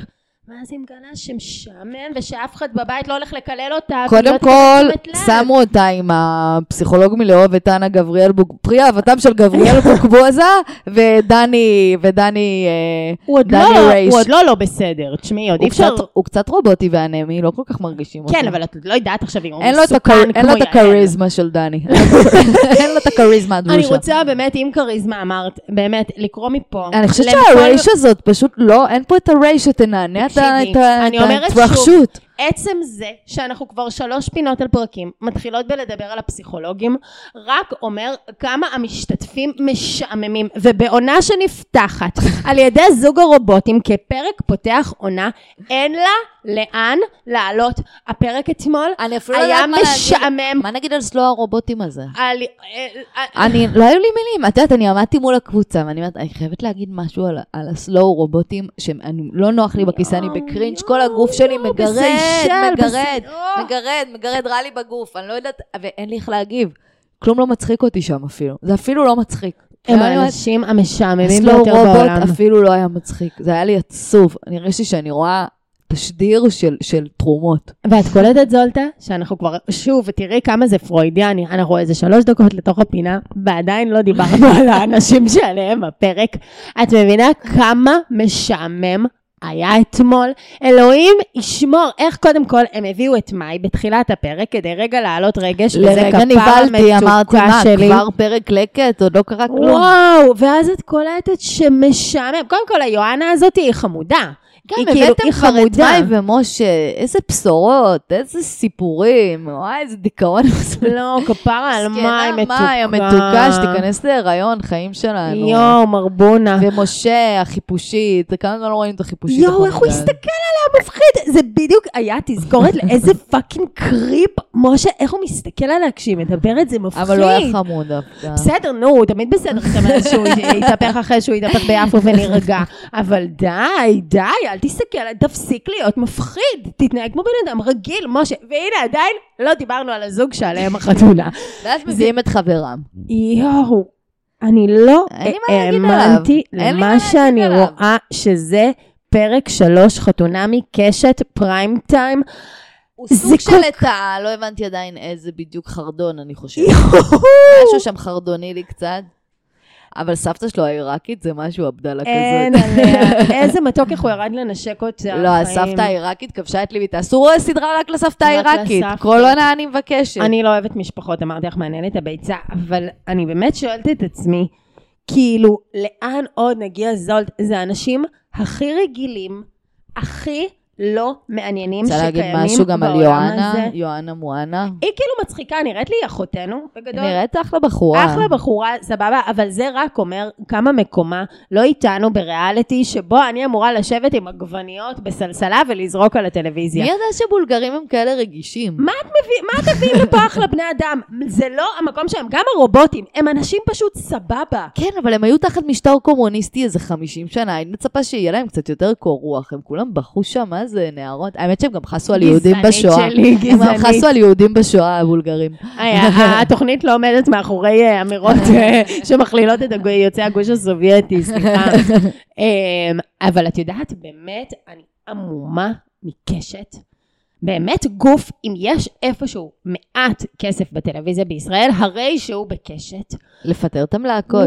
ואז היא מגלה שמשעמם, ושאף אחד בבית לא הולך לקלל אותה. קודם כל, שמו אותה עם הפסיכולוג מלאהוב וטענה גבריאל פרי אהבתם של גבריאל בוקבוזה, ודני רייש. הוא עוד לא בסדר, תשמעי, עוד אי אפשר... הוא קצת רובוטי ואנמי, לא כל כך מרגישים אותו. כן, אבל את לא יודעת עכשיו אם הוא מסוכן כמו יעל. אין לו את הקריזמה של דני. אין לו את הקריזמה הדבושה. אני רוצה באמת, עם קריזמה אמרת, באמת, לקרוא מפה. אני חושבת שהרייש הזאת פשוט לא, אין פה את הרייש שתנענה את ההתרחשות. עצם זה שאנחנו כבר 3 פינות על פרקים, מתחילות בלדבר על הפסיכולוגים, רק אומר כמה המשתתפים משעממים, ובעונה שנפתחת על ידי זוג הרובוטים כפרק פותח עונה, אין לה לאן לעלות. הפרק אתמול היה משעמם. מה נגיד על סלו הרובוטים הזה? אני, לא היו לי מילים, את יודעת, אני עמדתי מול הקבוצה, ואני אומרת, אני חייבת להגיד משהו על הסלו רובוטים, שלא נוח לי בכיסא, אני בקרינץ', כל הגוף שלי מגרד, רע לי בגוף, אני לא יודעת, ואין לי איך להגיב. כלום לא מצחיק אותי שם אפילו. זה אפילו לא מצחיק. הם האנשים המשעממים ביותר בעולם. סלו רובוט אפילו לא היה מצחיק. זה היה לי עצוב. אני הרגשתי שאני רואה תשדיר של תרומות. ואת קולטת זולטה, שאנחנו כבר, שוב, ותראי כמה זה פרוידיאני, אנחנו איזה 3 דקות לתוך הפינה, ועדיין לא דיברנו על האנשים שעליהם הפרק. את מבינה כמה משעמם היה אתמול? אלוהים ישמור, איך קודם כל הם הביאו את מאי בתחילת הפרק, כדי רגע לעלות רגש, וזה כפר מתוקה שלי. כבר פרק לקט, עוד לא קרה כלום. וואו, ואז את קולטת שמשעמם. קודם כל, היואנה הזאת היא חמודה. כן, הבאתם כבר את מאי ומשה, איזה בשורות, איזה סיפורים, וואי, איזה דיכאון. לא, כפרה על מאי מתוקה. מאי המתוקה, שתיכנס להיריון, חיים שלנו. יואו, מרבונה. ומשה, החיפושית, כמה לא רואים את החיפושית. יואו, איך הוא הסתכל עליה מפחיד. זה בדיוק היה תזכורת לאיזה פאקינג קריפ, משה, איך הוא מסתכל עליה כשהיא מדברת, זה מפחיד. אבל לא היה חמוד. בסדר, נו, הוא תמיד בסדר, שהוא יתהפך אחרי שהוא יתהפך ביפו ונרגע. אבל די, אל תסתכל, תפסיק להיות מפחיד, תתנהג כמו בן אדם רגיל, משה, והנה עדיין לא דיברנו על הזוג שעליהם החתונה. ואז מביאים את חברם. יואו, אני לא האמנתי למה שאני רואה שזה פרק 3 חתונמי קשת פריים טיים. הוא סוג של לא הבנתי עדיין איזה בדיוק חרדון אני חושבת. משהו שם חרדוני לי קצת. אבל סבתא שלו העיראקית זה משהו הבדלה כזאת. אין עליה, איזה מתוק איך הוא ירד לנשק אותה. לא, הסבתא העיראקית כבשה את ליבי, אסור סדרה רק לסבתא העיראקית, כל עונה אני מבקשת. אני לא אוהבת משפחות, אמרתי לך מעניין את הביצה, אבל אני באמת שואלת את עצמי, כאילו, לאן עוד נגיע זולט? זה האנשים הכי רגילים, הכי לא מעניינים שקיימים בעולם הזה. רוצה להגיד משהו גם על יואנה מואנה? היא כאילו מצחיקה, נראית לי אחותנו בגדול. נראית אחלה בחורה. אחלה בחורה, סבבה, אבל זה רק אומר כמה מקומה לא איתנו בריאליטי, שבו אני אמורה לשבת עם עגבניות בסלסלה ולזרוק על הטלוויזיה. מי יודע שבולגרים הם כאלה רגישים? מה את מביאים לפה אחלה בני אדם? זה לא המקום שהם, גם הרובוטים, הם אנשים פשוט סבבה. כן, אבל הם היו תחת משטר קומוניסטי איזה 50 שנה, אני מצפה שיהיה להם קצת יותר קור רוח, הם כולם בחו שם, זה נערות. האמת שהם גם חסו על יהודים בשואה. הם גם חסו על יהודים בשואה, הבולגרים. התוכנית לא עומדת מאחורי אמירות שמכלילות את יוצאי הגוש הסובייטי, סליחה. אבל את יודעת, באמת, אני עמומה מקשת. באמת גוף, אם יש איפשהו מעט כסף בטלוויזיה בישראל, הרי שהוא בקשת. לפטר אותם להקות.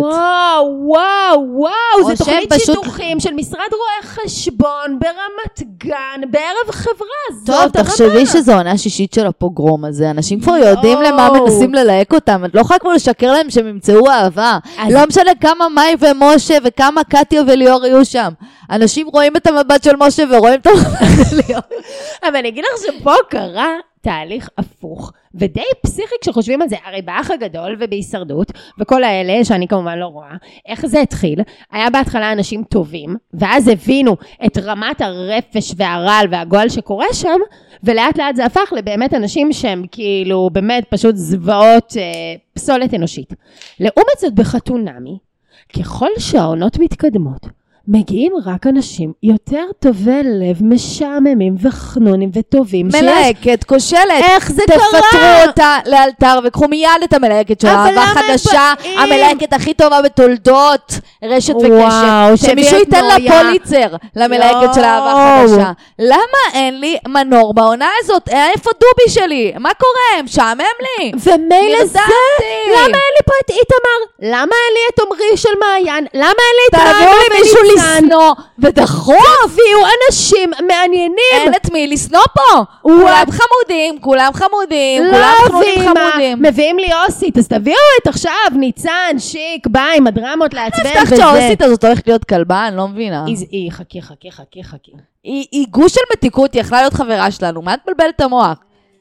וואו, זה תוכנית שידוכים של משרד רואי חשבון ברמת גן, בערב חברה, זאת הרמה. טוב, תחשבי שזו עונה שישית של הפוגרום הזה, אנשים כבר יודעים למה מנסים ללהק אותם, את לא יכולה כבר לשקר להם שהם ימצאו אהבה, לא משנה כמה מאי ומשה וכמה קטיה וליאור יהיו שם, אנשים רואים את המבט של משה ורואים את המבט של ליאור. אבל אני אגיד לך שפה קרה תהליך הפוך, ודי פסיכי כשחושבים על זה, הרי באח הגדול ובהישרדות, וכל האלה שאני כמובן לא רואה, איך זה התחיל? היה בהתחלה אנשים טובים, ואז הבינו את רמת הרפש והרעל והגועל שקורה שם, ולאט לאט זה הפך לבאמת אנשים שהם כאילו באמת פשוט זוועות פסולת אנושית. לעומת זאת בחתונמי, ככל שהעונות מתקדמות, מגיעים רק אנשים יותר טובי לב, משעממים וחנונים וטובים. מלהקת כושלת. איך זה תפטרו קרה? אותה לאלתר וקחו מיד את המלהקת של אהבה חדשה, המלהקת הכי טובה בתולדות רשת וקשת. שמישהו ייתן לה פוליצר למלהקת של אהבה חדשה. למה אין לי מנור בעונה הזאת? איפה דובי שלי? מה קורה? משעמם לי. ומילא זה, למה אין לי פה את איתמר? למה אין לי את עומרי של מעיין? למה אין לי את תביאו לי מישהו לשנוא ודחוף. תביאו אנשים מעניינים. אין את מי לשנוא פה. כולם חמודים, כולם חמודים, כולם חנונים חמודים. מביאים לי אוסית, אז תביאו את עכשיו ניצן, שיק, בא עם הדרמות לעצבן וזה. נפתח שהאוסית הזאת הולכת להיות כלבה, אני לא מבינה. היא חכי. היא גוש של מתיקות, היא יכלה להיות חברה שלנו. מה את מבלבלת את המוח?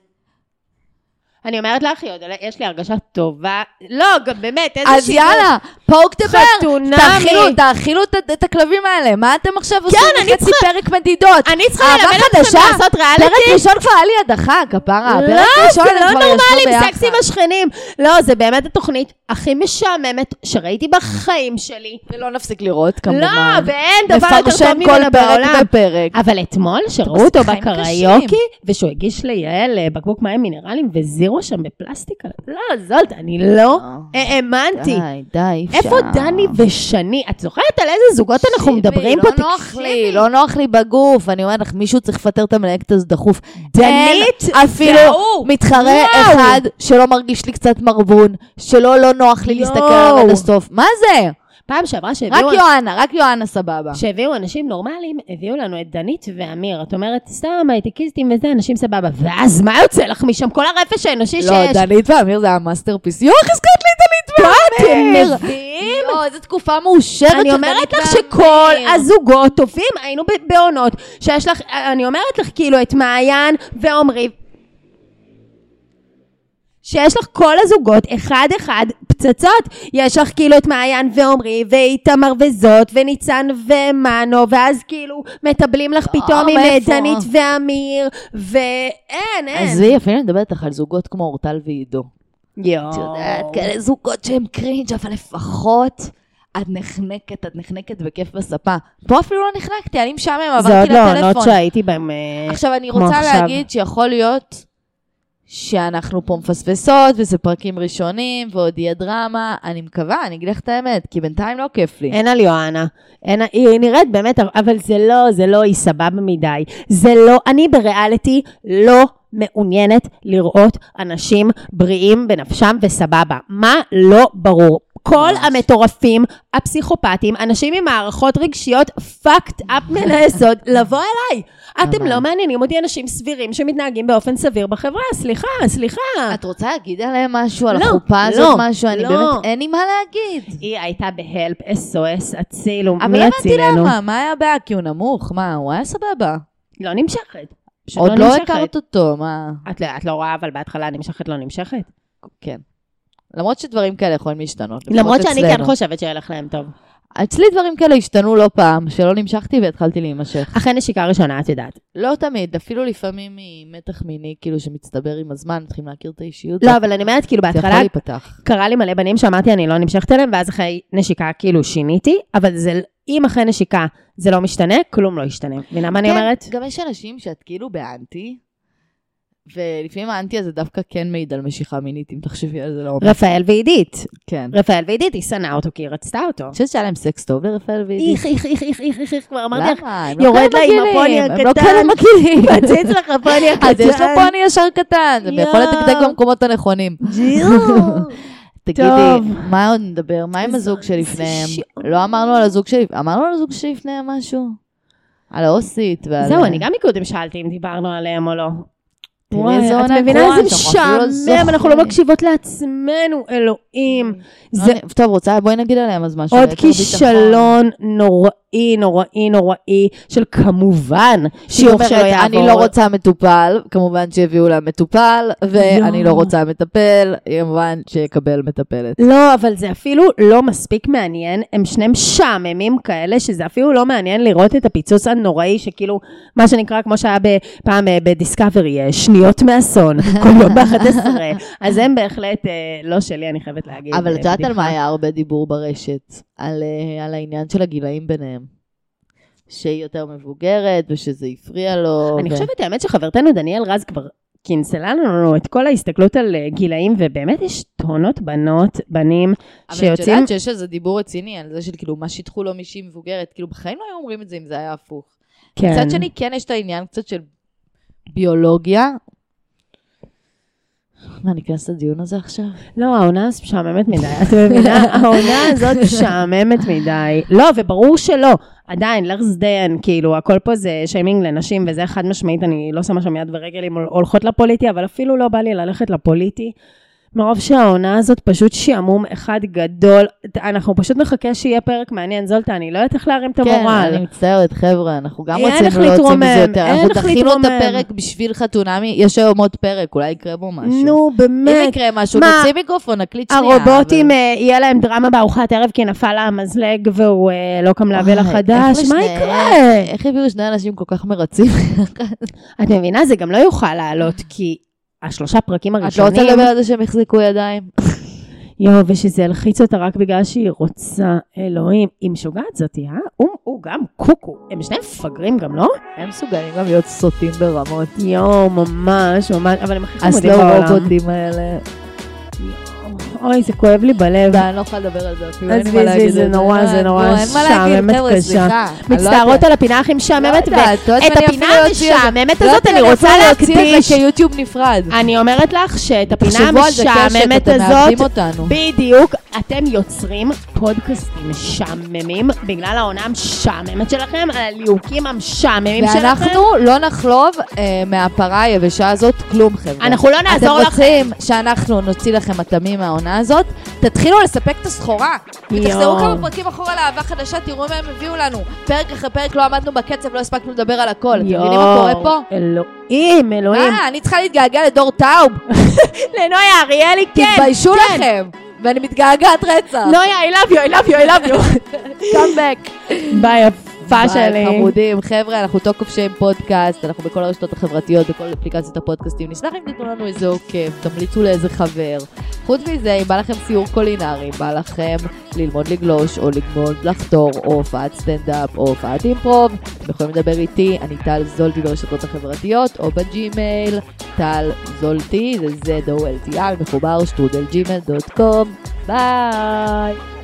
אני אומרת לך, יש לי הרגשה טובה. לא, באמת, איזה אז יאללה, פוק דבר. חתונמי. תאכילו את הכלבים האלה. מה אתם עכשיו עושים אני פרק מדידות? אני צריכה ללמד אתכם לעשות ריאליטי. פרק ראשון כבר היה לי הדחה, כפרה. לא, זה לא נורמלי, סקס עם השכנים. לא, זה באמת התוכנית הכי משעממת שראיתי בחיים שלי. ולא נפסיק לראות, כמובן. לא, ואין דבר יותר טוב ממנה בעולם. אבל אתמול שראו אותו בקריוקי, ושהוא הגיש ליעל בקבוק מים מינרלים וזירו שם בפלסטיקה. לא, זולת, אני לא האמנתי. די, איפה דני ושני? את זוכרת על איזה זוגות אנחנו מדברים פה? לא נוח לי בגוף. אני אומרת לך, מישהו צריך לפטר את המלהקת הזאת דחוף. דנית, אפילו מתחרה אחד שלא מרגיש לי קצת מרבון, שלא לא נוח לי להסתכל עליו עד הסוף. מה זה? פעם שעברה שהביאו... רק יואנה סבבה. שהביאו אנשים נורמליים, הביאו לנו את דנית ואמיר. את אומרת, סתם, הייטקיסטים וזה, אנשים סבבה. ואז מה יוצא לך משם? כל הרפש האנושי שיש. לא, דנית ואמיר זה המאסטרפיס. חזקת לי דנית ואמיר. אתם מביאים? לא, איזו תקופה מאושרת. אני אומרת לך שכל הזוגות טובים, היינו בעונות, שיש לך, אני אומרת לך כאילו את מעיין ועומרי, שיש לך כל הזוגות, אחד פצצות, יש לך כאילו את מעיין ועומרי, ואיתמר וזאת, וניצן ומנו, ואז כאילו מטבלים לך פתאום עם דנית ואמיר, ואין. אז אפילו אני מדברת לך על זוגות כמו אורטל ועידו. את יודעת, כאלה זוגות שהם קרינג', אבל לפחות את נחנקת בכיף בספה. פה אפילו לא נחנקתי, אני משעמם, עברתי לטלפון. זה עוד לא עונות שהייתי בהם. עכשיו אני רוצה להגיד שיכול להיות שאנחנו פה מפספסות, וזה פרקים ראשונים, ועוד יהיה דרמה. אני מקווה, אני אגיד לך את האמת, כי בינתיים לא כיף לי. אין על יואנה. היא נראית באמת, אבל זה לא, היא סבבה מדי. זה לא, אני בריאליטי לא מעוניינת לראות אנשים בריאים בנפשם וסבבה. מה לא ברור? כל המטורפים, הפסיכופטים, אנשים עם מערכות רגשיות fucked up מן היסוד, לבוא אליי. אתם לא מעניינים אותי אנשים סבירים שמתנהגים באופן סביר בחברה. סליחה. את רוצה להגיד עליהם משהו, על החופה הזאת משהו? אני באמת, אין לי מה להגיד. היא הייתה בהלפ, SOS, הצילו, מי אבל הצילנו? הבנתי למה, מה היה הבעיה? כי הוא נמוך, מה, הוא היה סבבה. לא נמשכת. עוד לא הכרת אותו, מה? את לא רואה, אבל בהתחלה נמשכת, לא נמשכת? כן. למרות שדברים כאלה יכולים להשתנות. למרות שאני כן חושבת שילך להם טוב. אצלי דברים כאלה השתנו לא פעם, שלא נמשכתי והתחלתי להימשך. אחרי נשיקה ראשונה, את יודעת. לא תמיד, אפילו לפעמים ממתח מיני, כאילו שמצטבר עם הזמן, מתחילים להכיר את האישיות. לא, אבל אני אומרת, כאילו בהתחלה, קרה לי מלא בנים שאמרתי, אני לא נמשכת אליהם, ואז אחרי נשיקה כאילו שיניתי, אבל אם אחרי נשיקה זה לא משתנה, כלום לא ישתנה. מבינה מה אני אומרת? גם יש אנשים שאת כאילו באנטי, ולפעמים האנטי הזה דווקא כן מעיד על משיכה מינית, אם תחשבי על זה לא... רפאל ועידית. כן. רפאל ועידית, היא שנאה אותו כי היא רצתה אותו. אני חושבת שהיה להם סקס טוב לרפאל ועידית. איך, כבר אמרתי לך, למה? יורד לה עם הפוני הקטן. הם לא כאלה מגעילים. מציץ לך הפוני הקטן. אז יש לו פוני ישר קטן, ויכול לדקדק במקומות הנכונים. תגידי, מה עוד נדבר? מה עם הזוג שלפניהם? לא אמרנו על הזוג שלפניהם, אמרנו על הזוג שלפניהם משהו? על האוסית ועל... זהו, אני גם מקודם שאלתי אם דיברנו עליהם או לא. את מבינה איזה משעמם, אנחנו לא מקשיבות לעצמנו, אלוהים. טוב, בואי נגיד עליהם אז משהו. עוד כישלון נוראי, של כמובן שיוך שלא יעבור. אני לא רוצה מטופל, כמובן שהביאו לה מטופל, ואני לא רוצה מטפל, כמובן שיקבל מטפלת. לא, אבל זה אפילו לא מספיק מעניין, הם שניהם שעממים כאלה, שזה אפילו לא מעניין לראות את הפיצוץ הנוראי, שכאילו, מה שנקרא, כמו שהיה פעם בדיסקאברי, שניות מאסון, כל יום ב-11, אז הם בהחלט לא שלי, אני חייבת להגיד. אבל את יודעת על מה היה הרבה דיבור ברשת? על העניין של הגילאים ביניהם. שהיא יותר מבוגרת, ושזה הפריע לו. אני חושבת, האמת שחברתנו דניאל רז כבר כינסלה לנו את כל ההסתכלות על גילאים, ובאמת יש טונות בנות, בנים, שיוצאים... אבל את יודעת שיש איזה דיבור רציני על זה של כאילו, מה שיתחו לו מישהי מבוגרת, כאילו בחיים לא היו אומרים את זה אם זה היה הפוך. כן. קצת שני, כן יש את העניין קצת של ביולוגיה. מה, ניכנס לדיון הזה עכשיו? לא, העונה הזאת משעממת מדי, את מבינה? העונה הזאת משעממת מדי. לא, וברור שלא. עדיין, לרס דיין, כאילו, הכל פה זה שיימינג לנשים, וזה חד משמעית, אני לא שמה שם יד ורגל אם הולכות לפוליטי, אבל אפילו לא בא לי ללכת לפוליטי. מרוב שהעונה הזאת פשוט שעמום אחד גדול, אנחנו פשוט מחכה שיהיה פרק מעניין, זולטה, אני לא יודעת איך להרים את המורל. כן, אני מצטערת, חבר'ה, אנחנו גם רצינו להוציא מזה יותר, אנחנו דחינו את הפרק בשביל חתונמי, יש היום עוד פרק, אולי יקרה בו משהו. נו, באמת. אם יקרה משהו, נוציא מיקרופון, נקליט שנייה. הרובוטים, יהיה להם דרמה בארוחת ערב, כי נפל לה המזלג, והוא לא קם להביא לחדש, מה יקרה? איך הביאו שני אנשים כל כך מרצים? את מבינה, זה גם לא יוכל לעלות, כי 3 פרקים הראשונים... את לא רוצה לדבר על זה שהם החזיקו ידיים? ושזה הלחיץ אותה רק בגלל שהיא רוצה, אלוהים, היא משוגעת זאת, הוא גם קוקו. הם שניהם מפגרים גם, לא? הם מסוגלים גם להיות סוטים ברמות. ממש, אבל הם הכי חמודים בעולם. הסלו רובוטים האלה. אוי, זה כואב לי בלב. אני לא יכולה לדבר על זה אפילו. אז זה נורא, זה נורא משעממת קשה. מצטערות על הפינה הכי משעממת, ואת הפינה המשעממת הזאת אני רוצה להקדיש. שיוטיוב נפרד. אני אומרת לך שאת הפינה המשעממת הזאת, בדיוק, אתם יוצרים פודקאסטים משעממים, בגלל העונה המשעממת שלכם, על הליהוקים המשעממים שלכם. ואנחנו לא נחלוב מהפרה היבשה הזאת כלום, חבר'ה. אנחנו לא נעזור לכם. אתם רוצים שאנחנו נוציא לכם מטעמים מהעונה הזאת, תתחילו לספק את הסחורה. ותחזרו כמה פרקים אחורה לאהבה חדשה, תראו מה הם הביאו לנו. פרק אחרי פרק לא עמדנו בקצב, לא הספקנו לדבר על הכל. אתם מבינים מה קורה פה? אלוהים. אני צריכה להתגעגע לדור טאוב. לנויה אריאלי, כן. תתביישו לכם. ואני מתגעגעת רצח. נויה, I love you. Come back. ביי, יפה שלי. חמודים, חבר'ה, אנחנו תוקף שם פודקאסט, אנחנו בכל הרשתות החברתיות, בכל אפליקציות הפודקאסטים. נשמח אם תתנו לנו איזה עוקב, תמליצו לאיזה חבר. חוץ מזה, אם בא לכם סיור קולינרי, בא לכם ללמוד לגלוש, או ללמוד לחתור, או הופעת סטנדאפ, או הופעת אימפרוב, אתם יכולים לדבר איתי, אני טל זולטי ברשתות החברתיות, או בג'ימייל, טל זולטי, זה ZOLTI, מחובר, @gmail.com. ביי!